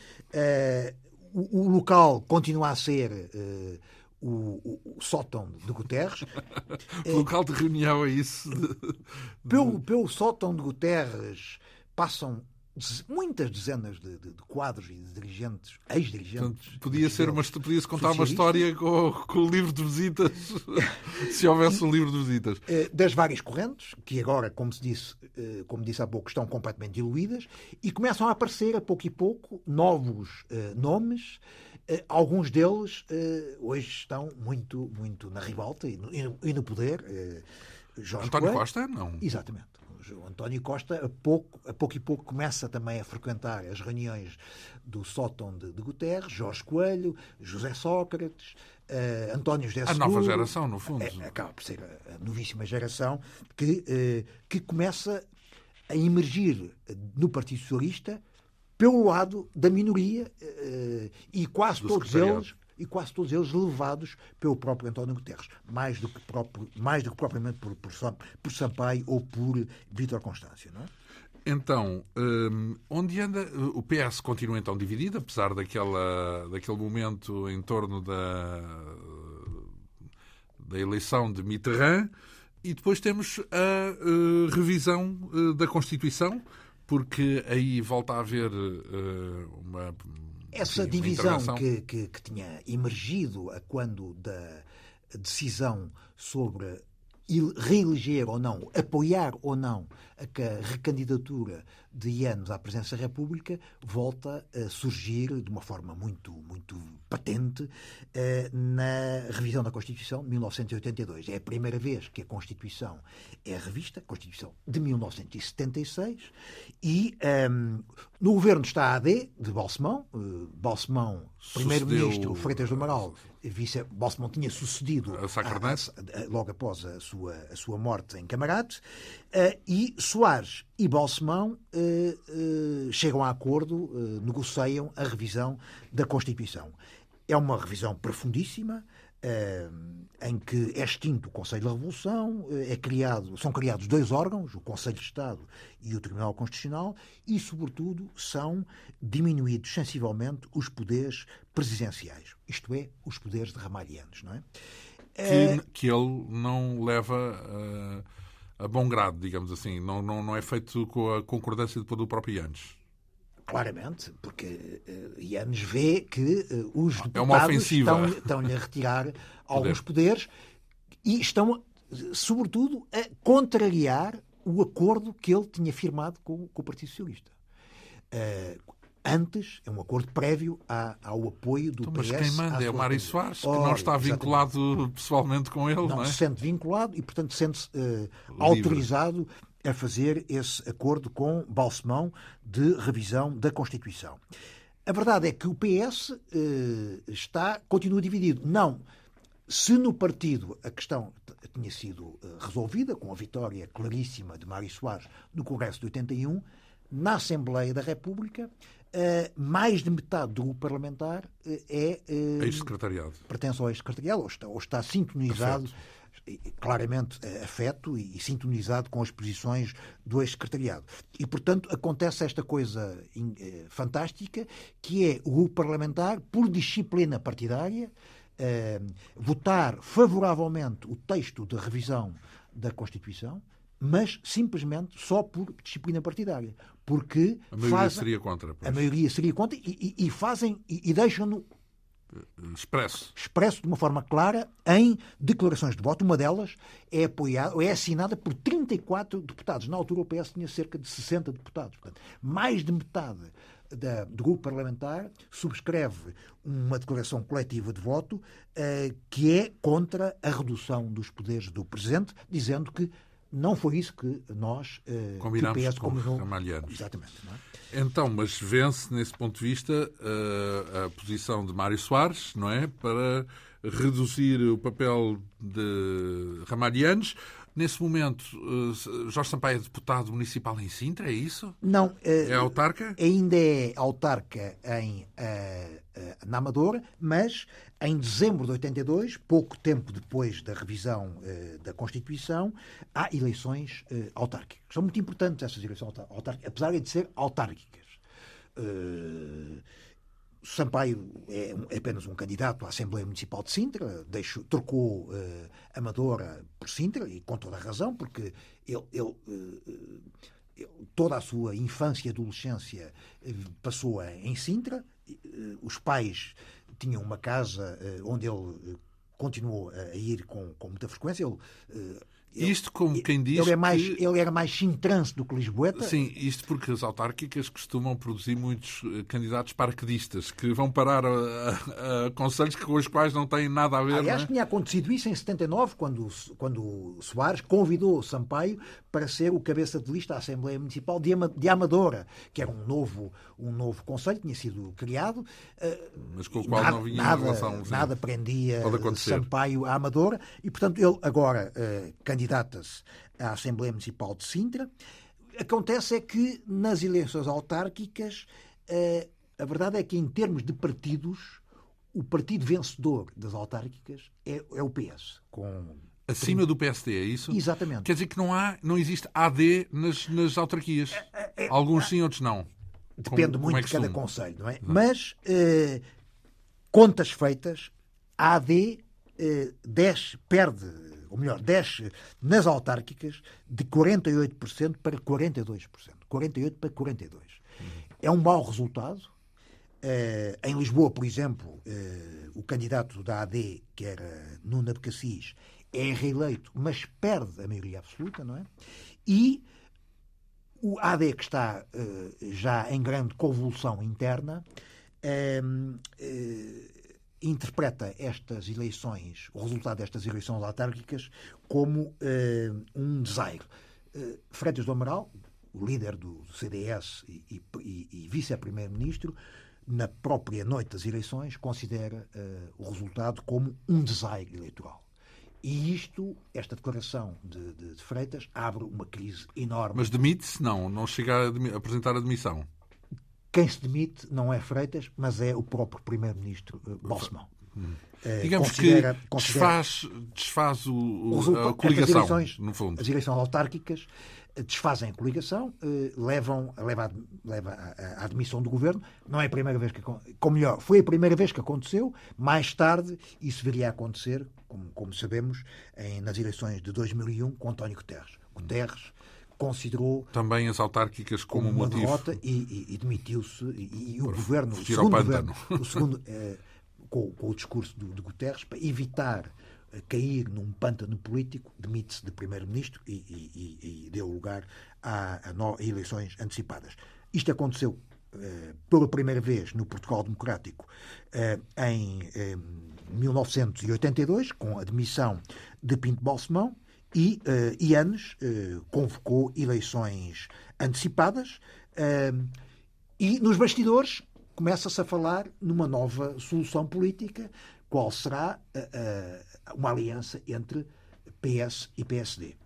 S2: Uh, O, o local continua a ser uh, o, o, o sótão de Guterres.
S1: O local de reunião é isso? De, de...
S2: Pelo, pelo sótão de Guterres passam muitas dezenas de, de, de quadros e de dirigentes, ex-dirigentes.
S1: Podia ser uma, podia-se contar uma história com, com o livro de visitas, se houvesse um livro de visitas.
S2: Das várias correntes, que agora, como se disse, como disse há pouco, estão completamente diluídas, e começam a aparecer, a pouco e pouco, novos uh, nomes. Uh, alguns deles uh, hoje estão muito, muito na ribalta e no, e no poder. Uh, Jorge
S1: António
S2: Coelho,
S1: Costa, não?
S2: Exatamente. O António Costa, a pouco, a pouco e pouco, começa também a frequentar as reuniões do sótão de, de Guterres, Jorge Coelho, José Sócrates, uh, António José Seguro.
S1: A nova geração, no fundo.
S2: É, acaba por ser a, a novíssima geração que, uh, que começa a emergir no Partido Socialista pelo lado da minoria uh, e quase
S1: do
S2: todos eles e quase todos eles levados pelo próprio António Guterres, mais do que, próprio, mais do que propriamente por, por, por Sampaio ou por Vítor Constâncio, não é?
S1: Então, um, onde anda... O P S continua então dividido, apesar daquela, daquele momento em torno da, da eleição de Mitterrand, e depois temos a uh, revisão uh, da Constituição, porque aí volta a haver uh, uma...
S2: Essa
S1: enfim,
S2: divisão que, que, que tinha emergido a quando da decisão sobre reeleger ou não, apoiar ou não a recandidatura de Yanes à presidência da República, volta a surgir de uma forma muito, muito patente na revisão da Constituição de mil novecentos e oitenta e dois. É a primeira vez que a Constituição é revista, a Constituição de mil novecentos e setenta e seis, e um, no governo está a AD, de Balsemão, uh, Balsemão, primeiro-ministro, Freitas do Amaral, vice, Balsemão tinha sucedido
S1: a Sá Carneiro,
S2: a, a, logo após a sua, a sua morte em Camarate, uh, e Soares e Balsemão uh, uh, chegam a acordo, uh, negociam a revisão da Constituição. É uma revisão profundíssima, uh, em que é extinto o Conselho da Revolução, uh, é criado, são criados dois órgãos, o Conselho de Estado e o Tribunal Constitucional, e, sobretudo, são diminuídos sensivelmente os poderes presidenciais, isto é, os poderes de Ramalhianos, não é?
S1: Que, que ele não leva uh, a bom grado, digamos assim, não, não, não é feito com a concordância do próprio Yanes.
S2: Claramente, porque uh, Yanes vê que uh, os deputados
S1: é uma ofensiva.
S2: estão, estão-lhe a retirar alguns poderes e estão, sobretudo, a contrariar o acordo que ele tinha firmado com, com o Partido Socialista. Uh, Antes, é um acordo prévio à, ao apoio do
S1: então,
S2: P S.
S1: Mas quem manda é o Mário Soares, que
S2: oh,
S1: não está vinculado
S2: exatamente.
S1: pessoalmente com ele, não,
S2: não
S1: é?
S2: se sente vinculado e, portanto, sente-se uh, autorizado a fazer esse acordo com Balsemão de revisão da Constituição. A verdade é que o P S uh, está, continua dividido. Não. Se no partido a questão tinha sido uh, resolvida, com a vitória claríssima de Mário Soares no Congresso de oitenta e um, na Assembleia da República, uh, mais de metade do grupo parlamentar uh, é... Uh,
S1: ex-secretariado.
S2: Pertence ao ex-secretariado, ou está, ou está sintonizado,
S1: afeto.
S2: claramente uh, afeto e, e sintonizado com as posições do ex-secretariado. E, portanto, acontece esta coisa in, uh, fantástica, que é o grupo parlamentar, por disciplina partidária, uh, votar favoravelmente o texto de revisão da Constituição, mas simplesmente só por disciplina partidária. Porque
S1: a maioria
S2: fazem,
S1: seria contra. Pois.
S2: A maioria seria contra e, e, e fazem e, e deixam-no
S1: expresso.
S2: expresso de uma forma clara em declarações de voto. Uma delas é apoiada, ou é assinada por trinta e quatro deputados. Na altura o P S tinha cerca de sessenta deputados. Portanto, mais de metade da, do grupo parlamentar subscreve uma declaração coletiva de voto uh, que é contra a redução dos poderes do Presidente, dizendo que não foi isso que nós, uh,
S1: combinamos
S2: que o P S
S1: com
S2: combinou.
S1: Ramalhianos.
S2: Exatamente. Não é?
S1: Então, mas vence, nesse ponto de vista, uh, a posição de Mário Soares, não é? Para reduzir o papel de Ramalhianos. Nesse momento, uh, Jorge Sampaio é deputado municipal em Sintra, é isso?
S2: Não. Uh,
S1: é autarca?
S2: Ainda é autarca em, uh, uh, na Amadora, mas em dezembro de oitenta e dois, pouco tempo depois da revisão uh, da Constituição, há eleições uh, autárquicas. São muito importantes essas eleições autárquicas, apesar de ser autárquicas. Uh, Sampaio é, é apenas um candidato à Assembleia Municipal de Sintra, deixou, trocou uh, Amadora por Sintra, e com toda a razão, porque ele, ele, uh, ele, toda a sua infância e adolescência uh, passou em Sintra. Uh, os pais tinham uma casa uh, onde ele uh, continuou a ir com, com muita frequência. Ele, uh,
S1: Isto como quem diz
S2: ele, é mais,
S1: que...
S2: ele era mais chintranço do que lisboeta.
S1: Sim, isto porque as autárquicas costumam produzir muitos candidatos paraquedistas que vão parar a, a, a conselhos com os quais não têm nada a ver.
S2: Aliás,
S1: não é?
S2: tinha acontecido isso em setenta e nove, quando, quando Soares convidou Sampaio para ser o cabeça de lista à Assembleia Municipal de, Ama, de Amadora, que era um novo, um novo conselho, tinha sido criado.
S1: Mas com o qual
S2: nada,
S1: não vinha
S2: nada,
S1: relação. Sim.
S2: Nada prendia Sampaio à Amadora e, portanto, ele agora uh, candidata-se à Assembleia Municipal de Sintra. Acontece é que nas eleições autárquicas, uh, a verdade é que em termos de partidos, o partido vencedor das autárquicas é, é o P S. Com
S1: Acima do P S D, é isso?
S2: Exatamente.
S1: Quer dizer que não, há, não existe A D nas, nas autarquias. É, é, Alguns sim, outros não.
S2: Depende como, muito como é de cada concelho, não é? Não. Mas, uh, contas feitas, a AD uh, desce, perde, ou melhor, desce nas autárquicas de quarenta e oito por cento para quarenta e dois por cento. quarenta e oito por cento para quarenta e dois por cento. Uhum. É um mau resultado. Uh, em Lisboa, por exemplo, uh, o candidato da A D, que era Nuno Abcacis, é reeleito, mas perde a maioria absoluta, não é? E o A D, que está uh, já em grande convulsão interna, uh, uh, interpreta estas eleições, o resultado destas eleições autárquicas, como uh, um desaire. Uh, Freitas do Amaral, o líder do C D S e, e, e vice-primeiro-ministro, na própria noite das eleições, considera uh, o resultado como um desaire eleitoral. E isto, esta declaração de, de, de Freitas, abre uma crise enorme.
S1: Mas demite-se? Não, não chega a apresentar a demissão.
S2: Quem se demite não é Freitas, mas é o próprio primeiro-ministro uh, Balsemão.
S1: Hum. Uh, Digamos considera, que considera, desfaz, desfaz o, o, a coligação,
S2: eleições,
S1: no fundo.
S2: As eleições autárquicas desfazem a coligação, uh, levam, leva, leva à admissão do governo. Não é a primeira vez que... Ou melhor, foi a primeira vez que aconteceu. Mais tarde, isso viria a acontecer, como, como sabemos, em, nas eleições de dois mil e um, com António Guterres. Guterres considerou
S1: também as autárquicas como, como
S2: uma
S1: motivo.
S2: derrota e, e, e demitiu-se. E, e o
S1: Por
S2: governo, o segundo governo, o segundo, eh, com, com o discurso do, de Guterres, para evitar eh, cair num pântano político, demite-se de primeiro-ministro e, e, e deu lugar a, a, no, a eleições antecipadas. Isto aconteceu eh, pela primeira vez no Portugal Democrático eh, em eh, mil novecentos e oitenta e dois, com a demissão de Pinto Balsemão. E uh, Ianes uh, convocou eleições antecipadas uh, e nos bastidores começa-se a falar numa nova solução política, qual será uh, uh, uma aliança entre P S e P S D,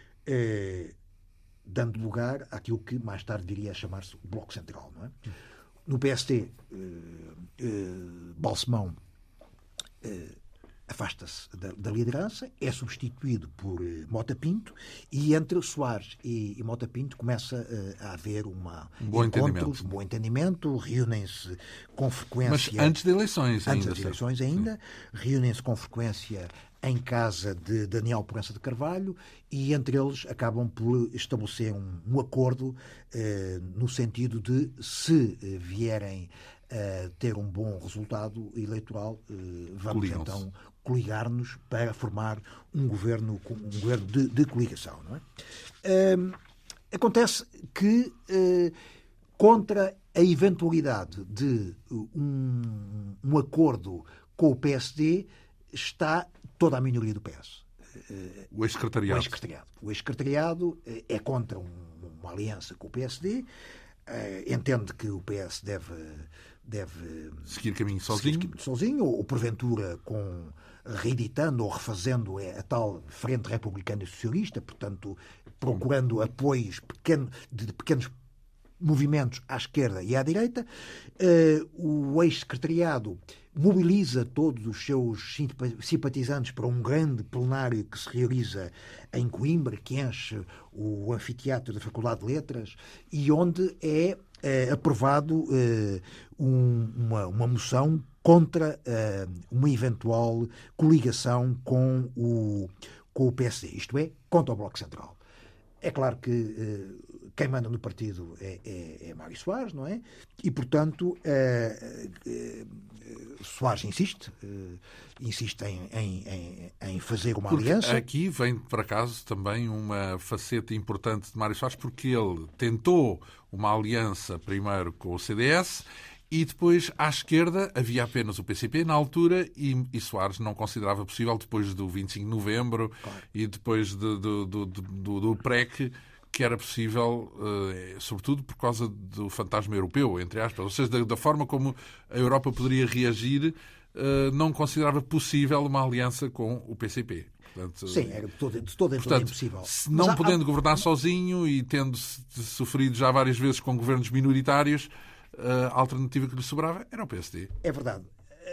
S2: uh, dando lugar àquilo que mais tarde viria a chamar-se o Bloco Central. Não é? No P S D, uh, uh, Balsemão uh, afasta-se da, da liderança, é substituído por uh, Mota Pinto e entre Soares e, e Mota Pinto começa uh, a haver uma
S1: um bom
S2: encontros,
S1: entendimento,
S2: um bom entendimento, reúnem-se com frequência...
S1: Mas antes de eleições
S2: ainda. Antes
S1: das
S2: eleições ainda, reúnem-se com frequência em casa de Daniel Proença de Carvalho e entre eles acabam por estabelecer um, um acordo uh, no sentido de, se uh, vierem a uh, ter um bom resultado eleitoral, uh, vamos então coligar-nos para formar um governo, um governo de, de coligação. Não é? Uh, acontece que, uh, contra a eventualidade de um, um acordo com o P S D, está toda a minoria do P S. Uh,
S1: o ex-secretariado.
S2: O ex-secretariado. O ex-secretariado uh, é contra um, uma aliança com o P S D, uh, entende que o P S deve... deve
S1: seguir caminho sozinho,
S2: seguir sozinho ou, ou porventura com, reeditando ou refazendo a tal Frente Republicana Socialista, portanto, procurando apoios pequeno, de pequenos movimentos à esquerda e à direita. Uh, o ex-secretariado mobiliza todos os seus simpatizantes para um grande plenário que se realiza em Coimbra, que enche o anfiteatro da Faculdade de Letras e onde é uh, aprovado uh, um, uma, uma moção contra uh, uma eventual coligação com o, com o P S D, isto é, contra o Bloco Central. É claro que uh, quem manda no partido é, é, é Mário Soares, não é? E, portanto, uh, uh, Soares insiste, uh, insiste em, em, em fazer uma
S1: porque
S2: aliança.
S1: Aqui vem, por acaso, também uma faceta importante de Mário Soares, porque ele tentou uma aliança primeiro com o C D S e depois, à esquerda, havia apenas o P C P na altura e, e Soares não considerava possível, depois do vinte e cinco de novembro, claro, e depois de, do, do, do, do P R E C, que era possível, uh, sobretudo por causa do fantasma europeu, entre aspas. Ou seja, da, da forma como a Europa poderia reagir, uh, não considerava possível uma aliança com o P C P. Portanto,
S2: sim, era de todo, de todo,
S1: portanto,
S2: impossível.
S1: Se não
S2: há,
S1: podendo
S2: há...
S1: governar sozinho e tendo sofrido já várias vezes com governos minoritários, a alternativa que lhe sobrava era o P S D.
S2: É verdade.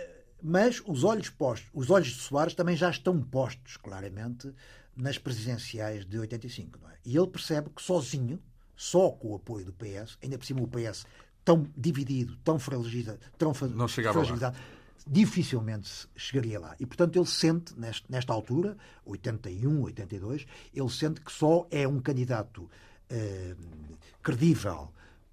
S2: Mas os olhos postos, os olhos de Soares também já estão postos, claramente, nas presidenciais de oitenta e cinco. Não é? E ele percebe que sozinho, só com o apoio do P S, ainda por cima o P S tão dividido, tão fragilizado, tão
S1: não chegava
S2: fragilizado, lá. Dificilmente chegaria lá. E, portanto, ele sente, nesta altura, oitenta e um, oitenta e dois, ele sente que só é um candidato eh, credível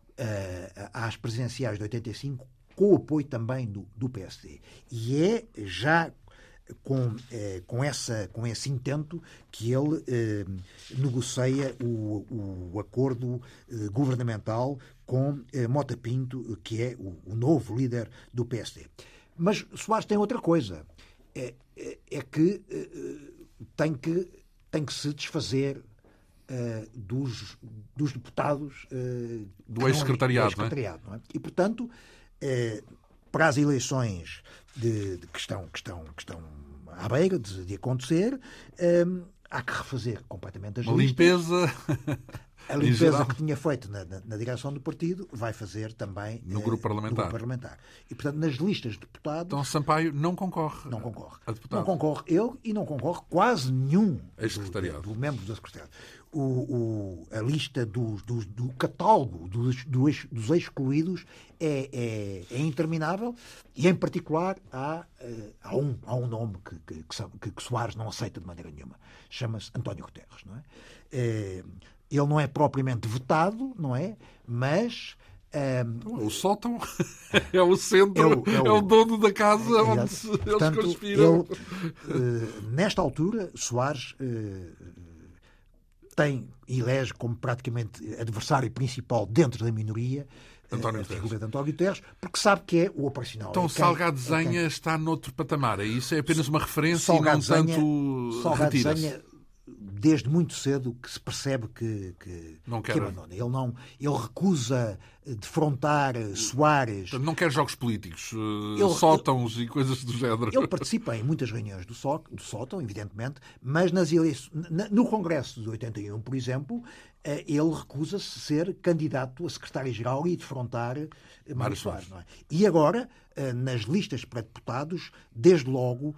S2: Uh, às presidenciais de oitenta e cinco, com o apoio também do, do P S D. E é já com, uh, com, essa, com esse intento que ele uh, negocia o, o acordo uh, governamental com uh, Mota Pinto, que é o, o novo líder do P S D. Mas Soares tem outra coisa. É, é, é que, uh, tem que tem que se desfazer Uh, dos, dos deputados uh,
S1: do ex-secretariado,
S2: ex não é? Não é? E, portanto, uh, para as eleições de, de que, estão, que, estão, que estão à beira de, de acontecer, uh, há que refazer completamente as
S1: Uma
S2: listas.
S1: limpeza.
S2: A limpeza que tinha feito na, na, na direção do partido vai fazer também
S1: no,
S2: uh,
S1: grupo parlamentar.
S2: no grupo parlamentar. E, portanto, nas listas de deputados...
S1: Então Sampaio não concorre.
S2: Não concorre.
S1: A deputado.
S2: Não concorre ele e não concorre quase nenhum
S1: ex-secretariado.
S2: Do, do membro da secretariado. O, o, a lista do, do, do catálogo dos, dos, dos excluídos é, é, é interminável e, em particular, há, há, um, há um nome que, que, que, que Soares não aceita de maneira nenhuma. Chama-se António Guterres. Não é? É, ele não é propriamente vetado, não é? Mas...
S1: Um, o sótão é o centro, é o, é o, é o dono da casa é, onde se,
S2: portanto,
S1: eles conspiram.
S2: Ele, uh, nesta altura, Soares uh, tem, elege como praticamente adversário principal dentro da minoria
S1: António
S2: a
S1: Guterres.
S2: figura de António Guterres, porque sabe que é o operacional.
S1: Então
S2: é
S1: Salgado
S2: quem,
S1: Zenha
S2: é quem...
S1: está noutro patamar. É isso? É apenas uma referência
S2: Salgado
S1: e não
S2: Zenha,
S1: tanto
S2: Salgado
S1: retira-se.
S2: Zenha, desde muito cedo que se percebe que, que,
S1: não quer...
S2: que abandona. Ele, não, ele recusa defrontar Soares.
S1: Não quer jogos políticos,
S2: ele,
S1: sótãos
S2: ele,
S1: e coisas do género.
S2: Ele participa em muitas reuniões do, só, do sótão, evidentemente, mas nas eleições, no Congresso de oitenta e um, por exemplo, ele recusa-se ser candidato a secretário-geral e defrontar Mário Soares. Não é? E agora, nas listas para deputados, desde logo,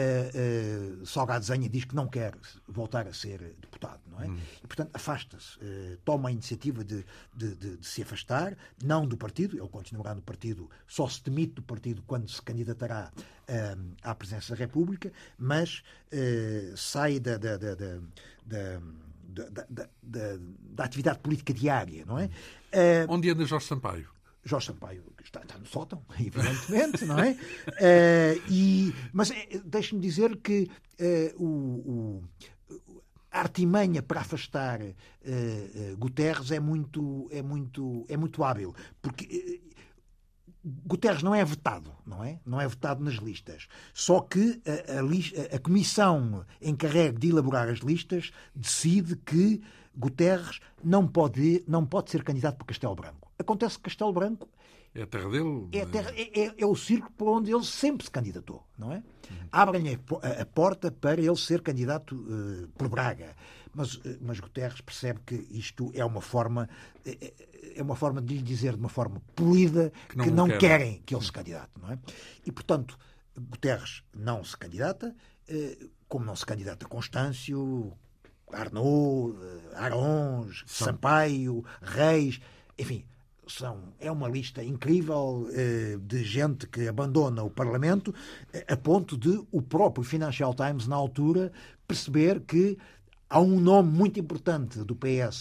S2: Salgado Zenha diz que não quer voltar a ser deputado. Não é? Hum. E, portanto, afasta-se, toma a iniciativa de, de, de, de se afastar, não do partido, ele continuará no partido, só se demite do partido quando se candidatará à presidência da República, mas sai da... da, da, da, da Da, da, da, da atividade política diária, não é?
S1: Uh, Onde anda Jorge Sampaio?
S2: Jorge Sampaio está, está no sótão, evidentemente, não é? Uh, e, mas deixe-me dizer que uh, o, o, a artimanha para afastar uh, uh, Guterres é muito, é, muito, é muito hábil, porque... Uh, Guterres não é vetado, não é? Não é vetado nas listas. Só que a, a, lista, a comissão encarregue de elaborar as listas decide que Guterres não pode, não pode ser candidato para Castelo Branco. Acontece que Castelo Branco
S1: é a terra dele.
S2: É, a terra, é, é, é o circo por onde ele sempre se candidatou, não é? Uhum. Abrem-lhe a, a porta para ele ser candidato uh, por Braga. Mas, uh, mas Guterres percebe que isto é uma forma... É, é uma forma de lhe dizer de uma forma polida que não, que não querem que ele se candidate, não é? E, portanto, Guterres não se candidata, como não se candidata Constâncio, Arnaud, Arons, Sampaio, Reis, enfim, são, é uma lista incrível de gente que abandona o Parlamento a ponto de o próprio Financial Times, na altura, perceber que há um nome muito importante do P S que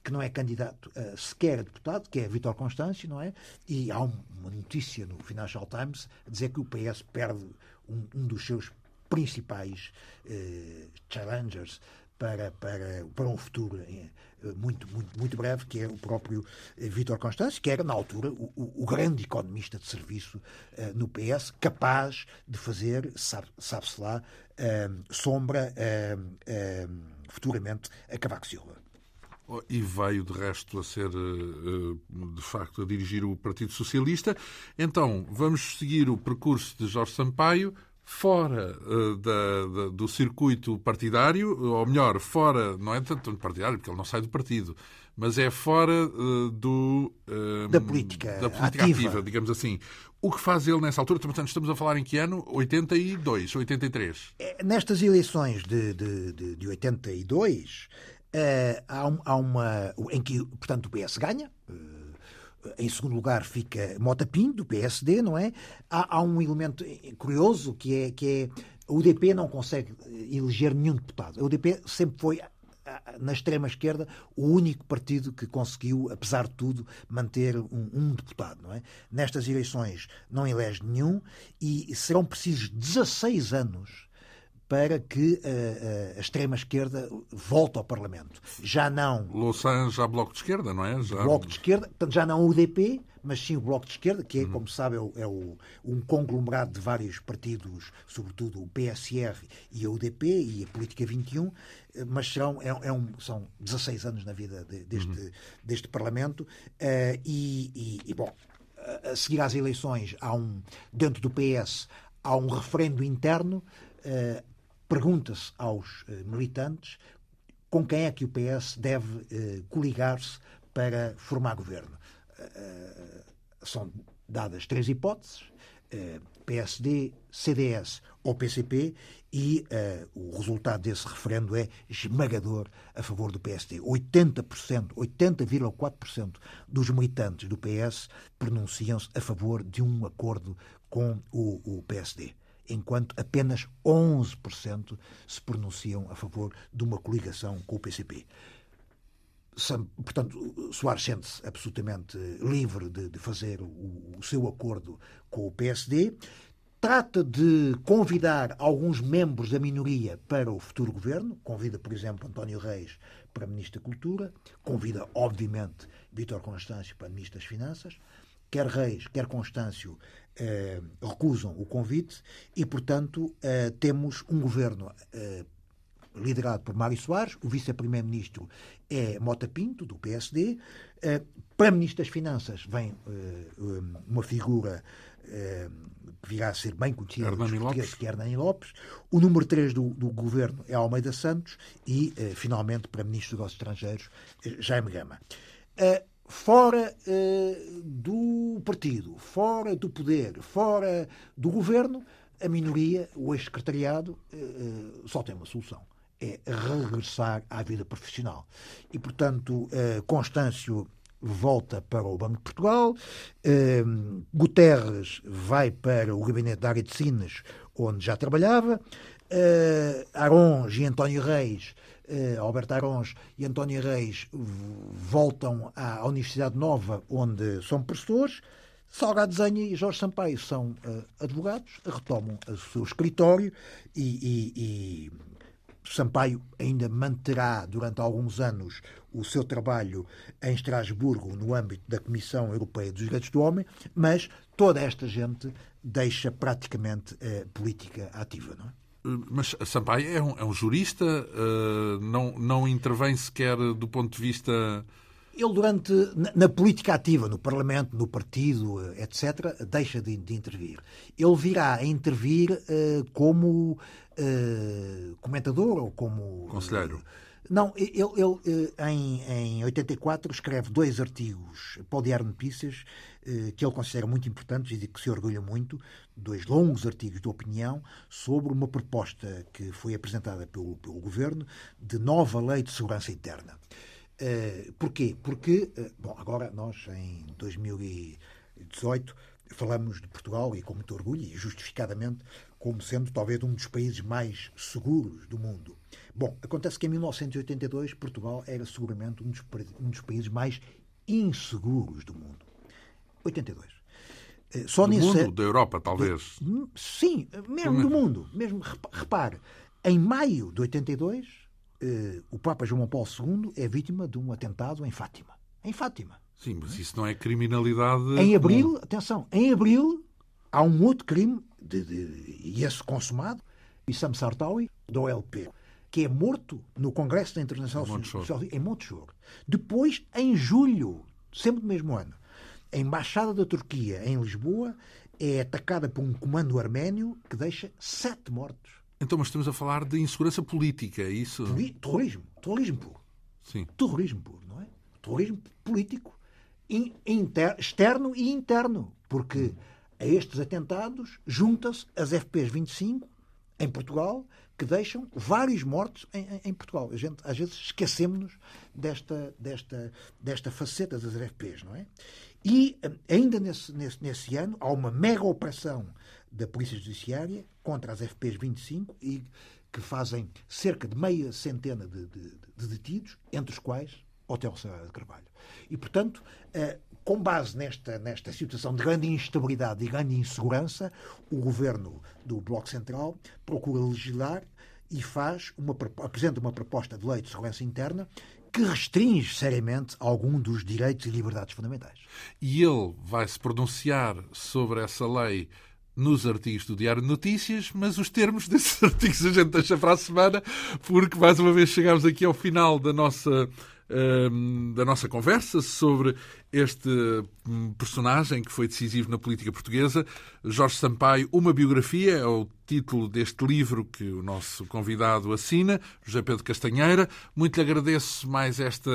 S2: que não é candidato uh, sequer a deputado, que é Vítor Constâncio, não é? E há um, uma notícia no Financial Times a dizer que o P S perde um, um dos seus principais uh, challengers para, para, para um futuro uh, muito, muito, muito breve, que é o próprio uh, Vítor Constâncio, que era, na altura, o, o, o grande economista de serviço uh, no P S, capaz de fazer, sabe, sabe-se lá, uh, sombra uh, uh, futuramente a Cavaco Silva.
S1: E veio, de resto, a ser, de facto, a dirigir o Partido Socialista. Então, vamos seguir o percurso de Jorge Sampaio fora da, da, do circuito partidário, ou melhor, fora, não é tanto partidário, porque ele não sai do partido, mas é fora do,
S2: da política,
S1: da política ativa. ativa, digamos assim. O que faz ele nessa altura? Portanto, estamos a falar em que ano? oitenta e dois, oitenta e três?
S2: Nestas eleições de, de, de, de oitenta e dois... Uh, há, um, há uma em que, portanto, o P S ganha. Uh, em segundo lugar fica Mota Pinto, do P S D, não é? Há, há um elemento curioso que é que é a U D P não consegue eleger nenhum deputado. A U D P sempre foi, na extrema-esquerda, o único partido que conseguiu, apesar de tudo, manter um, um deputado, não é? Nestas eleições não elege nenhum e serão precisos dezasseis anos para que a, a, a extrema-esquerda volte ao Parlamento. Já não...
S1: Louçã já Bloco de Esquerda, não é? Já...
S2: Bloco de Esquerda, portanto, já não o U D P, mas sim o Bloco de Esquerda, que é, uhum. como se sabe, é, o, é o, um conglomerado de vários partidos, sobretudo o P S R e a U D P e a Política vinte e um, mas serão, é, é um, são dezasseis anos na vida de, deste, uhum. deste Parlamento. Uh, e, e, e, bom, a seguir às eleições, há um, dentro do P S, há um referendo interno. Uh, Pergunta-se aos uh, militantes com quem é que o P S deve uh, coligar-se para formar governo. Uh, são dadas três hipóteses, uh, P S D, C D S ou P C P, e uh, o resultado desse referendo é esmagador a favor do P S D. oitenta por cento, oitenta vírgula quatro por cento dos militantes do P S pronunciam-se a favor de um acordo com o, o P S D, enquanto apenas onze por cento se pronunciam a favor de uma coligação com o P C P. Portanto, Soares sente-se absolutamente livre de, de fazer o, o seu acordo com o P S D. Trata de convidar alguns membros da minoria para o futuro governo. Convida, por exemplo, António Reis para Ministro da Cultura. Convida, obviamente, Vítor Constâncio para Ministro das Finanças. Quer Reis, quer Constâncio eh, recusam o convite e, portanto, eh, temos um governo eh, liderado por Mário Soares. O vice-primeiro-ministro é Mota Pinto, do P S D. Eh, para Ministro das Finanças vem eh, uma figura eh, que virá a ser bem conhecida dos portugueses, que é Hernani Lopes. O número três do, do governo é Almeida Santos e, eh, finalmente, para Ministro dos Negócios Estrangeiros, eh, Jaime Gama. Eh, Fora uh, do partido, fora do poder, fora do governo, a minoria, o ex-secretariado, uh, só tem uma solução. É regressar à vida profissional. E, portanto, uh, Constâncio volta para o Banco de Portugal, uh, Guterres vai para o gabinete da área de Sines, onde já trabalhava, uh, Arons e António Reis, Uh, Alberto Arons e António Reis voltam à Universidade Nova, onde são professores. Salgado Zenha e Jorge Sampaio são uh, advogados, retomam o seu escritório e, e, e Sampaio ainda manterá durante alguns anos o seu trabalho em Estrasburgo, no âmbito da Comissão Europeia dos Direitos do Homem, mas toda esta gente deixa praticamente a política ativa, não é?
S1: Mas Sampaio é um, é um jurista, uh, não, não intervém sequer do ponto de vista...
S2: Ele, durante, na, na política ativa, no Parlamento, no partido, etcétera, deixa de, de intervir. Ele virá a intervir uh, como uh, comentador ou como...
S1: Conselheiro.
S2: Uh, não, ele, ele em, em oitenta e quatro escreve dois artigos para o Diário de Notícias que ele considera muito importantes e de que se orgulha muito, dois longos artigos de opinião sobre uma proposta que foi apresentada pelo, pelo Governo de nova lei de segurança interna. Uh, porquê? Porque, uh, bom, agora nós, em dois mil e dezoito, falamos de Portugal, e com muito orgulho, e justificadamente, como sendo talvez um dos países mais seguros do mundo. Bom, acontece que em mil novecentos e oitenta e dois Portugal era seguramente um dos, um dos países mais inseguros do mundo. oitenta e dois.
S1: Só do nisso, mundo, da Europa, talvez.
S2: Do, sim, mesmo Como... do mundo. Mesmo, repare, em maio de oitenta e dois, eh, o Papa João Paulo segundo é vítima de um atentado em Fátima. Em Fátima.
S1: Sim, mas isso não é criminalidade...
S2: Em abril, atenção, em abril há um outro crime, de, de, e esse consumado, Wissam Sartawi, da O L P, que é morto no Congresso da Internacional Social em Montechor. Depois, em julho, sempre do mesmo ano, a Embaixada da Turquia em Lisboa é atacada por um comando arménio que deixa sete mortos.
S1: Então, mas estamos a falar de insegurança política, é isso?
S2: Terrorismo. Terrorismo puro.
S1: Sim.
S2: Terrorismo puro, não é? Terrorismo político. Inter, externo e interno. Porque a estes atentados junta-se as F Ps vinte e cinco em Portugal, que deixam vários mortos em, em, em Portugal. A gente, às vezes, esquecemos-nos desta, desta, desta faceta das F Ps, não é? E, ainda nesse, nesse, nesse ano, há uma mega operação da Polícia Judiciária contra as F Ps vinte e cinco, e, que fazem cerca de meia centena de, de, de detidos, entre os quais Otelo Saraiva de Carvalho. E, portanto, eh, com base nesta, nesta situação de grande instabilidade e grande insegurança, o governo do Bloco Central procura legislar e faz uma, apresenta uma proposta de lei de segurança interna que restringe seriamente algum dos direitos e liberdades fundamentais.
S1: E ele vai se pronunciar sobre essa lei nos artigos do Diário de Notícias, mas os termos desses artigos a gente deixa para a semana, porque mais uma vez chegamos aqui ao final da nossa, uh, da nossa conversa sobre este personagem que foi decisivo na política portuguesa. Jorge Sampaio, uma biografia, é o título deste livro que o nosso convidado assina, José Pedro Castanheira. Muito lhe agradeço mais esta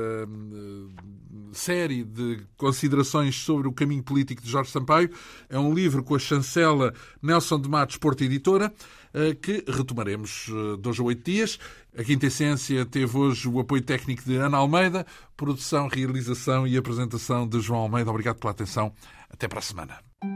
S1: série de considerações sobre o caminho político de Jorge Sampaio. É um livro com a chancela Nelson de Matos, Porto Editora, que retomaremos de hoje a oito dias. A Quinta Essência teve hoje o apoio técnico de Ana Almeida, produção, realização e apresentação de João Almeida. Obrigado pela atenção. Até para a semana.